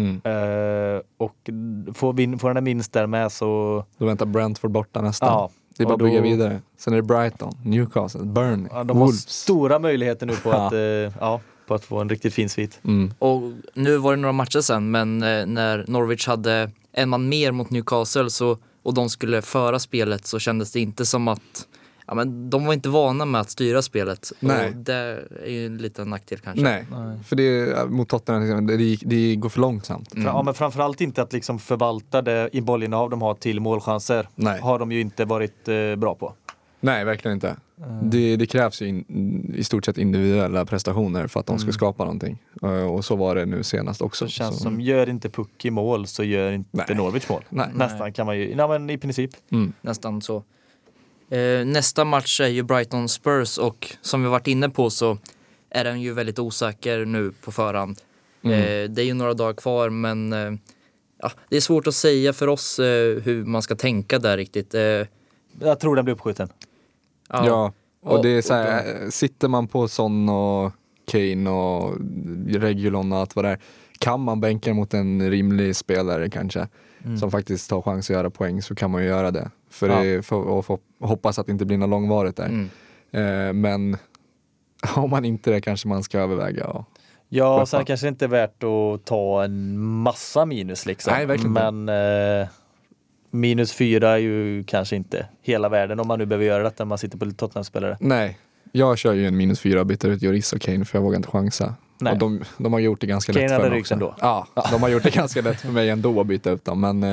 Och får den där minst där med så... Då väntar Brentford borta nästan. Det är bara att bygga vidare. Sen är det Brighton, Newcastle, Burnley, de Wolves. Har stora möjligheter nu på att få en riktigt fin svit. Och nu var det några matcher sen, men när Norwich hade en man mer mot Newcastle och de skulle föra spelet, så kändes det inte som att ja, men de var inte vana med att styra spelet. Nej. Och det är ju en liten nackdel kanske. Nej. För det mot Tottenham, det går för långsamt. Ja, men framförallt inte att liksom förvalta det i bollinnehav de har till målchanser. Nej. Har de ju inte varit bra på. Nej, verkligen inte. Det krävs ju i stort sett individuella prestationer för att de ska skapa någonting. Och så var det nu senast också. Det känns som, gör inte Puck i mål så gör inte Norwich mål. Nej. Nästan kan man ju, men i princip. Nästan så. Nästa match är ju Brighton Spurs och som vi varit inne på så är den ju väldigt osäker nu på förhand. Det är ju några dagar kvar men ja, det är svårt att säga för oss hur man ska tänka där riktigt. Jag tror den blir uppskjuten. Ja, och det är så här, sitter man på Son och Kane och Regulon och allt vad det är, kan man bänka mot en rimlig spelare kanske som faktiskt tar chans att göra poäng, så kan man ju göra det. För att hoppas att det inte blir något långvarigt där. Men om man inte det kanske man ska överväga. Ja, sen kanske det inte är värt att ta en massa minus liksom. Nej, verkligen inte. Men -4 är ju kanske inte hela världen om man nu behöver göra det när man sitter på Tottenham-spelare. Nej, jag kör ju en -4 och byter ut Lloris och Kane för jag vågar inte chansa. Och de har gjort det ganska lätt för mig också. Ändå. Ja, de har gjort det ganska lätt för mig ändå att byta ut dem. Men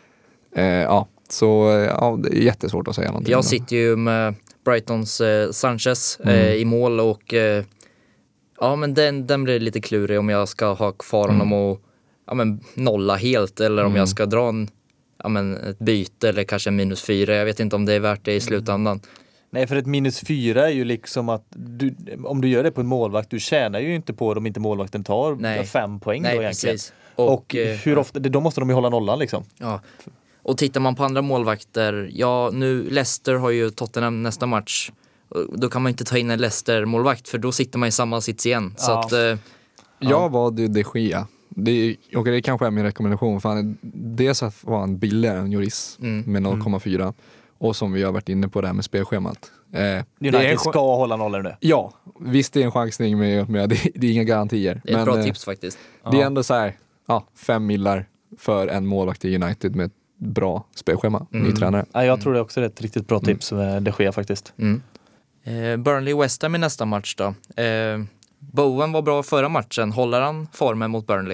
så det är jättesvårt att säga någonting. Jag sitter ju med Brightons Sanchez i mål och ja, men den blir lite klurig om jag ska ha kvar honom och nolla helt eller om jag ska dra ett byte eller kanske en -4. Jag vet inte om det är värt det i slutändan. Nej, för ett -4 är ju liksom att om du gör det på en målvakt, du tjänar ju inte på det om inte målvakten tar 5 poäng. Nej, då egentligen. Precis. Och hur ofta, då måste de ju hålla nollan liksom. Ja. Och tittar man på andra målvakter, nu Leicester har ju Tottenham nästa match. Då kan man inte ta in en Leicester-målvakt för då sitter man i samma sits igen. Så att, jag var de Gea. Det kanske är min rekommendation. För dels var han billigare än Lloris med 0,4. Och som vi har varit inne på det här med spelschemat. United ska hålla nollor nu. Ja, visst det är en chansning med det är inga garantier. Det är ett bra tips faktiskt. Det är ändå så här, 5 millar för en målvakt i United med ett bra spelschema. Ny tränare. Ja, jag tror det också är ett riktigt bra tips med det sker faktiskt. Burnley-West Ham i nästa match då. Bowen var bra förra matchen. Håller han formen mot Burnley?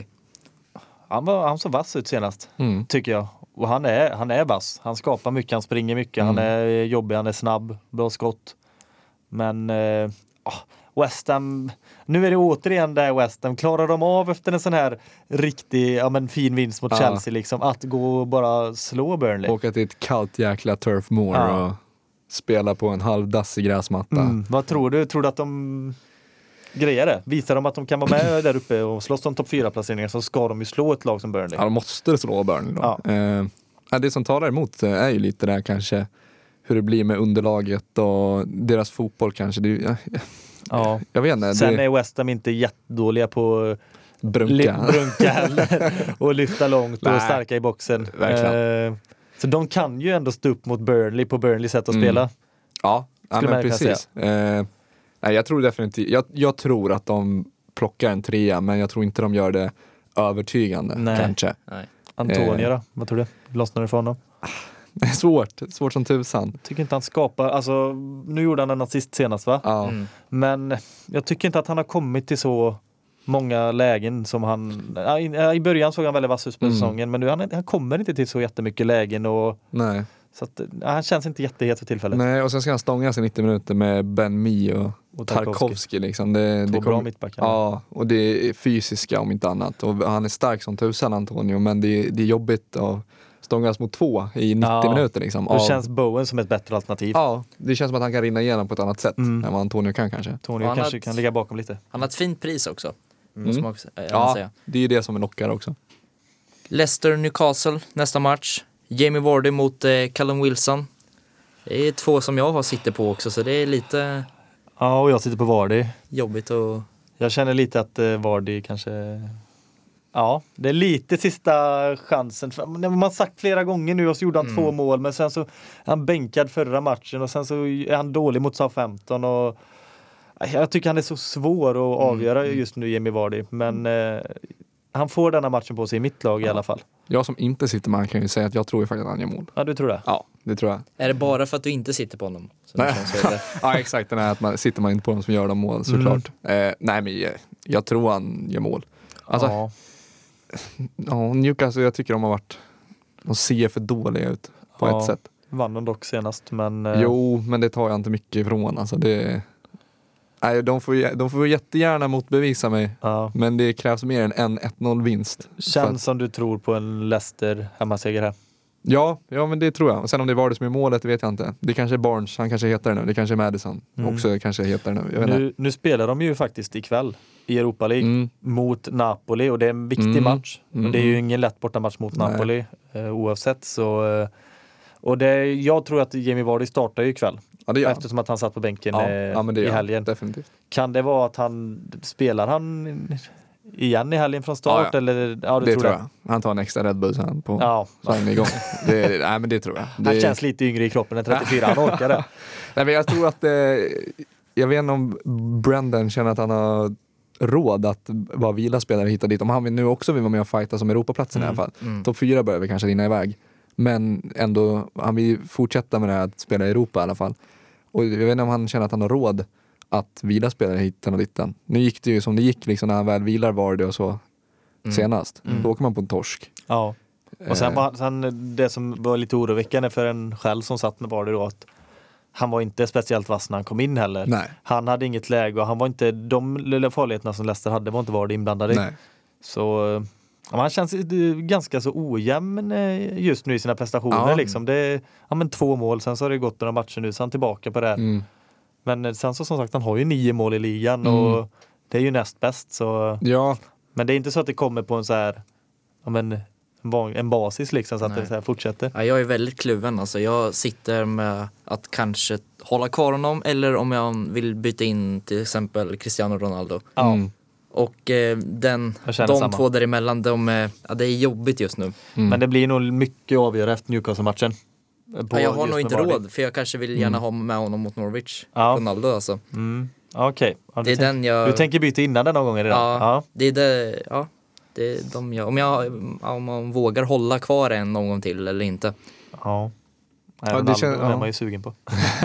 Han såg vass ut senast, tycker jag. Och han är vass. Han skapar mycket, han springer mycket. Han är jobbig, han är snabb, bra skott. Men West Ham, nu är det återigen där West Ham. Klarar de av efter en sån här riktig fin vinst mot Chelsea liksom, att gå och bara slå Burnley? Åka till ett kallt jäkla Turf Moor och spela på en halvdassig gräsmatta. Vad tror du? Tror du att de grejer det? Visar de att de kan vara med där uppe och slåss om topp 4-placeringar, så ska de ju slå ett lag som Burnley. Ja, de måste slå Burnley då. Det som talar emot är ju lite där kanske hur det blir med underlaget och deras fotboll kanske. Jag vet inte. Sen är West Ham inte jättedåliga på brunka och lyfta långt och starka i boxen. Så de kan ju ändå stå upp mot Burnley på Burnley sätt att spela. Ja, men precis. Nej, jag tror definitivt. Jag tror att de plockar en 3, men jag tror inte de gör det övertygande. Kanske. Nej. Antonio då? Vad tror du? Lossnar det för honom? Det är svårt som tusan. Tycker inte han skapar, alltså nu gjorde han en assist senast va? Ja. Men jag tycker inte att han har kommit till så många lägen som han, i början såg han väldigt vass ut på säsongen, men nu han kommer inte till så jättemycket lägen och nej. Så att han känns inte jättehet för tillfället. Nej, och sen ska han stånga sig 90 minuter med Ben Mee och Tarkovsky liksom. Det bra mittbackar. Ja, och det är fysiska om inte annat. Och han är stark som tusan, Antonio, men det är jobbigt att stångas mot 2 i 90 minuter liksom. Då känns Bowen som ett bättre alternativ. Ja, det känns som att han kan rinna igenom på ett annat sätt än vad Antonio kan kanske. Antonio kanske kan ligga bakom lite. Han har ett fint pris också. Ja, det är ju det som är lockar också. Leicester-Newcastle nästa match. Jamie Vardy mot Callum Wilson. Det är 2 som jag har sitter på också, så det är lite... Ja, och jag sitter på Vardy. Jobbigt och... Jag känner lite att Vardy kanske... Ja, det är lite sista chansen. Man har sagt flera gånger nu och så gjorde han 2 mål, men sen så är han bänkad förra matchen och sen så är han dålig mot Southampton och... Jag tycker han är så svår att avgöra just nu, Jamie Vardy. Men han får denna matchen på sig i mitt lag i alla fall. Jag som inte sitter med han kan ju säga att jag tror ju faktiskt att han gör mål. Ja, du tror det? Ja, det tror jag. Är det bara för att du inte sitter på honom? Nej. Ja, exakt. Den här att sitter man inte på dem som gör de mål, såklart. Nej, men jag tror han gör mål. Alltså, Newcastle, jag tycker de ser för dåliga ut på ett sätt. Vann de dock senast, men... Jo, men det tar jag inte mycket ifrån. Alltså, nej, de får jättegärna motbevisa mig. Ja. Men det krävs mer än en 1-0 vinst. Känns som du tror på en Leicester hemmaseger här. Ja, men det tror jag. Och sen om det var det som är målet, det vet jag inte. Det kanske är Barnes, han kanske heter det nu. Det kanske är Madison, också kanske heter det nu. Jag vet inte. Nu spelar de ju faktiskt ikväll i Europa League mot Napoli, och det är en viktig match. Och det är ju ingen lätt bortamatch mot Napoli oavsett. Så, och jag tror att Jamie Vardy startar ju ikväll. Ja, eftersom att han satt på bänken i helgen. Definitivt. Kan det vara att han igen i helgen från start? Ja. Eller, det tror jag. Han tar en extra Red Bull sen på så igång. Nej, men det tror jag. Han känns lite yngre i kroppen än 34, han orkar det. Nej, men jag tror att jag vet inte om Brendan känner att han har råd att vara vila spelare hit och dit. Om han nu också vill vara med och fighta som Europaplatsen i alla fall. Topp 4 börjar vi kanske rinna iväg. Men ändå, han vill fortsätta med det här att spela i Europa i alla fall. Och jag vet inte om han känner att han har råd att vila spelare hit och dit. Nu gick det ju som det gick liksom, när han väl vilar Vardy och så senast. Då åker man på en torsk. Ja. Och sen det som var lite oroväckande för en själv som satt med Vardy då, att han var inte speciellt vass när han kom in heller. Nej. Han hade inget läge och han var inte, de lilla farligheterna som Leicester hade var inte Vardy inblandad i. Nej. Så han känns ganska så ojämn just nu i sina prestationer. Liksom. Det är 2 mål, sen så har det gått några matcher nu, så han tillbaka på det här. Men sen så som sagt, han har ju 9 mål i ligan och det är ju näst bäst. Så. Ja. Men det är inte så att det kommer på en så här en basis liksom, så att det så här fortsätter. Ja, jag är väldigt kluven. Alltså, jag sitter med att kanske hålla kvar honom, eller om jag vill byta in till exempel Cristiano Ronaldo. Och de två däremellan, det är jobbigt just nu. Men det blir nog mycket avgörande efter Newcastle-matchen. Jag har nog inte råd, för jag kanske vill gärna ha med honom mot Norwich. Ronaldo alltså. Okej. Det du tänker byta innan den någon gång redan? Det är det. Ja, det är de jag. Om man vågar hålla kvar en någon gång till eller inte. Det är man ju sugen på.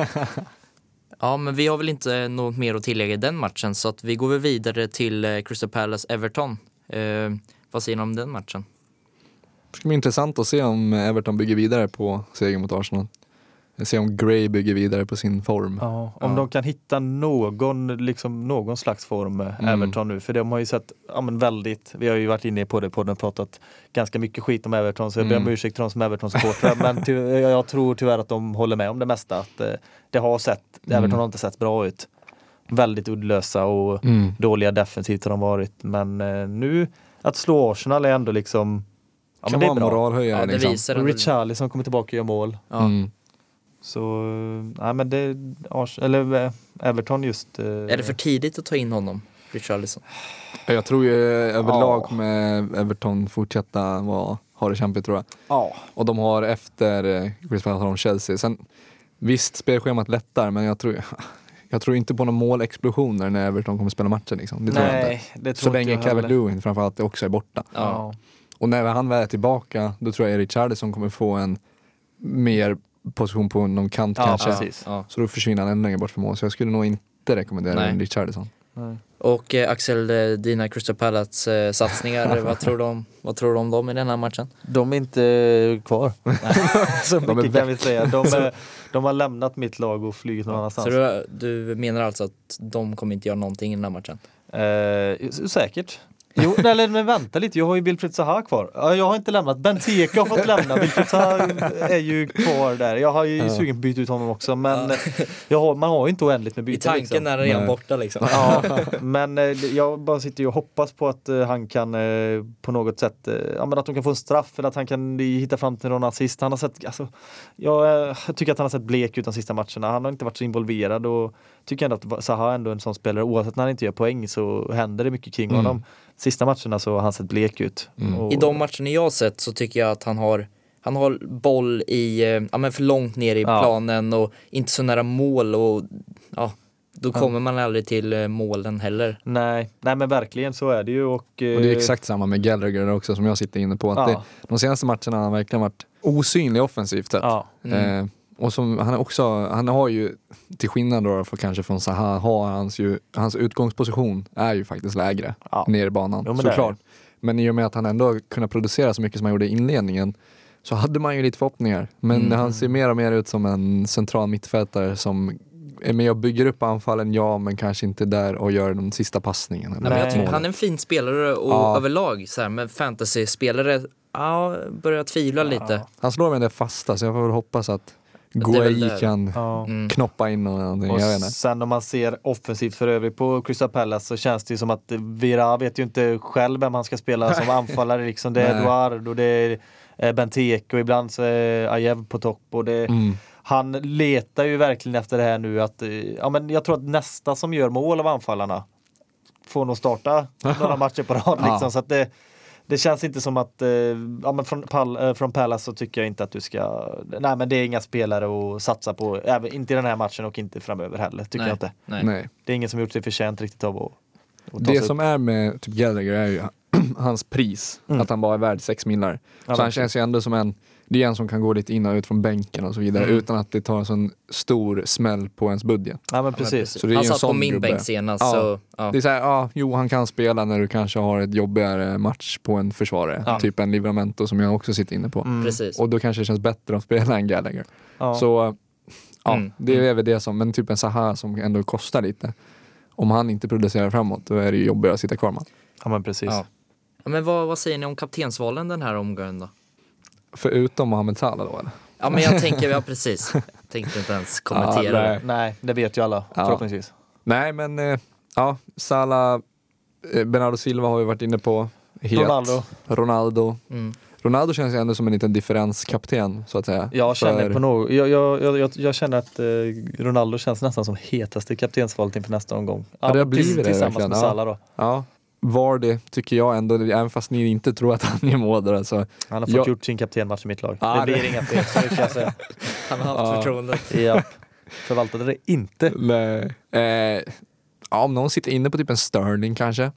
Ja, men vi har väl inte något mer att tillägga i den matchen, så att vi går väl vidare till Crystal Palace Everton. Vad säger ni om den matchen? Det ska bli intressant att se om Everton bygger vidare på segern mot Arsenal. Se om Gray bygger vidare på sin form. Om de kan hitta någon slags form Everton nu. För de har ju sett väldigt, vi har ju varit inne på det och pratat ganska mycket skit om Everton, så jag ber om ursäkt till de som Everton-supportrar. Men jag tror tyvärr att de håller med om det mesta. Att Everton har inte sett bra ut. Väldigt uddlösa och dåliga defensivt har de varit. Men nu, att slå Arsenal är ändå liksom... kan vara moralhöjare. Det visar och Richarlison kommer tillbaka och gör mål. Så, men det Everton just... Är det för tidigt att ta in honom, Richarlison? Jag tror ju överlag med Everton fortsätta ha det kämpigt, tror jag. Och de har efter Crystal Palace Chelsea. Sen, visst, spelschemat lättar, men jag tror inte på någon målexplosioner när Everton kommer spela matchen. Liksom. Det tror jag inte. Det tror så länge Calvert-Lewin framförallt också är borta. Och när han väl är tillbaka, då tror jag Richarlison kommer få en mer position på någon kant kanske. Så då försvinner han ännu längre bort för mål. Så jag skulle nog inte rekommendera en Richarlison. Och Axel, dina Crystal Palace satsningar, vad tror du om dem i den här matchen? De är inte kvar. Så mycket kan vi säga. De har lämnat mitt lag och flugit någon annanstans. Så du menar alltså att de kommer inte göra någonting i den här matchen? Säkert. Jo, men vänta lite, jag har ju Wilfried Zaha kvar. Jag har inte lämnat, Benteke har fått lämna. Wilfried Zaha är ju kvar där. Jag har ju sugen på att byta ut honom också, men man har ju inte oändligt med byte. I tanken är det redan borta liksom. Men jag bara sitter och hoppas på att han kan på något sätt, att de kan få en straff, eller att han kan hitta fram till någon assist. Han har sett, jag tycker att han har sett blek ut de sista matcherna. Han har inte varit så involverad, och tycker ändå att Zaha är ändå en sån spelare, oavsett när han inte gör poäng så händer det mycket kring honom. Sista matcherna så har han sett blek ut. I de matcherna jag har sett så tycker jag att han har boll i för långt ner i planen och inte så nära mål, och då kommer man aldrig till målen heller. Nej, men verkligen så är det ju. Och det är exakt samma med Gallagher också som jag sitter inne på. Att de senaste matcherna har han verkligen varit osynlig offensivt sett. Ja. Och som han har ju till skillnad då från Zaha, har hans utgångsposition är ju faktiskt lägre ner i banan, såklart. Men i och med att han ändå kunde producera så mycket som han gjorde i inledningen så hade man ju lite förhoppningar. Men han ser mer och mer ut som en central mittfältare som är med och bygger upp anfallen, men kanske inte där och gör den sista passningen. Men jag tycker han är en fin spelare och överlag så här, med fantasy-spelare börjar tvivla lite. Han slår med det fasta, så jag får väl hoppas att Guay kan knoppa in och någonting. Och jag vet inte. Sen om man ser offensivt för övrigt på Crystal Palace så känns det ju som att Vira vet ju inte själv vem han ska spela som anfallare. Liksom. Det är Eduard och det är Benteke och ibland så är Ajev på topp. Och han letar ju verkligen efter det här nu. Att, men jag tror att nästa som gör mål av anfallarna får nog starta några matcher på rad. Liksom, så att det känns inte som att men från Palace så tycker jag inte att du ska... Nej, men det är inga spelare att satsa på. Även, inte i den här matchen och inte framöver heller, tycker jag inte. Nej. Det är ingen som gjort sig förtjänt riktigt av att det som är med typ Gallagher är ju hans pris. Att han bara är värd 6 millar. Så han känns ju ändå som det är en som kan gå lite in och ut från bänken och så vidare utan att det tar en sån stor smäll på ens budget. Ja, men precis. Så det är han en satt på min bänk senast. Så, det är såhär, han kan spela när du kanske har ett jobbigare match på en försvarare. Typ en Livramento som jag också sitter inne på. Precis. Och då kanske det känns bättre att spela en Gallagher. Så det är väl det som, men typ en Zaha som ändå kostar lite. Om han inte producerar framåt, då är det ju jobbigare att sitta kvar med. Ja, men precis. Ja. Men vad säger ni om kaptensvalen den här omgången då? Förutom Mohamed Salah då eller? Ja, men jag tänker, precis. Jag tänkte inte ens kommentera. Nej, det vet ju alla förhoppningsvis. Nej, men Salah, Bernardo Silva har vi varit inne på. Ronaldo. Ronaldo känns ju ändå som en liten differenskapten så att säga. Jag känner jag känner att Ronaldo känns nästan som hetaste kaptensvalet inför nästa omgång. Ja, det har blivit det tillsammans med Salah då. Ja. Var det, tycker jag ändå, även fast ni inte tror att han är mål alltså. Han har fått gjort sin kaptenmatch i mitt lag. Det blir inga fel, så kan jag säga. Han har haft förtroendet. Ja, förvaltade det inte. Nej. Om någon sitter inne på typ en Sterling kanske.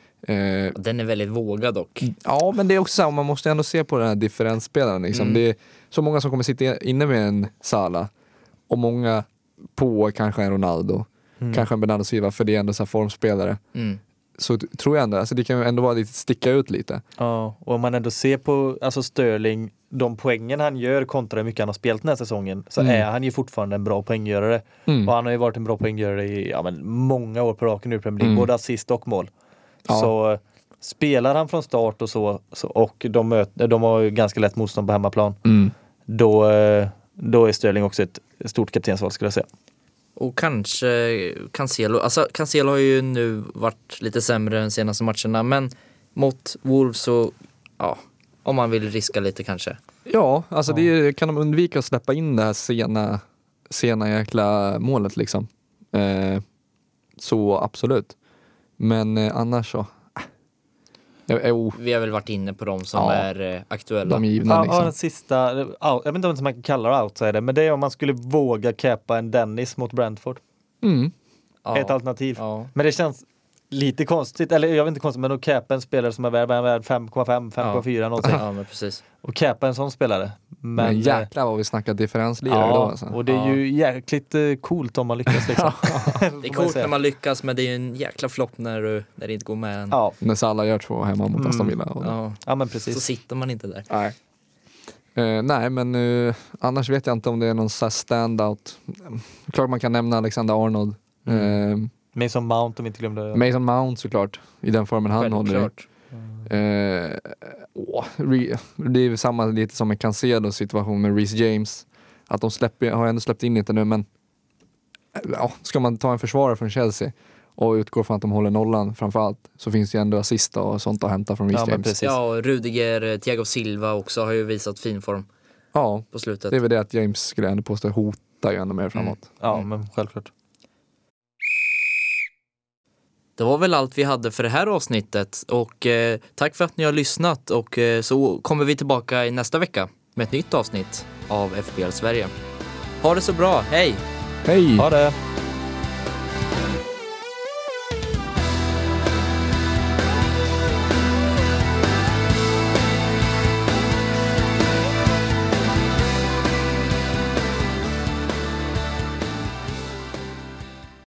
Den är väldigt vågad dock. Ja, men det är också så, man måste ändå se på den här differensspelaren liksom. Det är så många som kommer sitta inne med en Salah och många på kanske en Ronaldo, kanske en Bernardo Silva, för det är ändå så här formspelare. Så tror jag ändå, alltså det kan ändå vara lite sticka ut lite. Ja, och om man ändå ser på Sterling, de poängen han gör kontra hur mycket han har spelat den här säsongen, så är han ju fortfarande en bra poänggörare. Och han har ju varit en bra poänggörare i många år på raken nu i Premier League, både assist och mål. Ja. Så spelar han från start och så och de har ju ganska lätt motstånd på hemmaplan, då är Sterling också ett stort kaptensval, skulle jag säga. Och kanske Cancelo. Alltså Cancelo har ju nu varit lite sämre än senaste matcherna, men mot Wolves så, om man vill riska lite kanske. Ja, alltså det kan de undvika att släppa in det här sena jäkla målet liksom. Så absolut. Men annars så... Vi har väl varit inne på dem som är aktuella. De givna, liksom. Den sista, jag vet inte om man kan kalla det outsider, men det är om man skulle våga cappa en Dennis mot Brentford. Ett alternativ. Men det känns lite konstigt, eller jag vet inte konstigt, men att cappa en spelare som är värd 5,5, 5,4 någonting. Ja, men precis. Och cappa en sån spelare. Men jäklar vad vi snackar differenslirare då alltså. Och det är ju jäkligt coolt om man lyckas liksom. Det är coolt när man lyckas, men det är ju en jäkla flopp när det inte går med en. Ja. När Salah gör 2 hemma mot Aston Villa. Ja, men precis. Så sitter man inte där. Nej. Nej, men annars vet jag inte om det är någon så standout. Klart man kan nämna Alexander Arnold. Mason Mount, om vi inte glömde. Mason Mount såklart, i den formen han håller. Det är samma lite som en Cancelo situation med Reece James. Att de har ändå släppt in lite nu, men ska man ta en försvarare från Chelsea och utgår från att de håller nollan framförallt, så finns det ju ändå assist och sånt att hämta från Reece James. Ja, och Rudiger, Thiago Silva också har ju visat fin form på slutet. Det är väl det att James skulle ändå påstå hotar ju ändå mer framåt. Ja, men självklart. Det var väl allt vi hade för det här avsnittet, och tack för att ni har lyssnat, och så kommer vi tillbaka i nästa vecka med ett nytt avsnitt av FPL Sverige. Ha det så bra, hej! Hej! Ha det!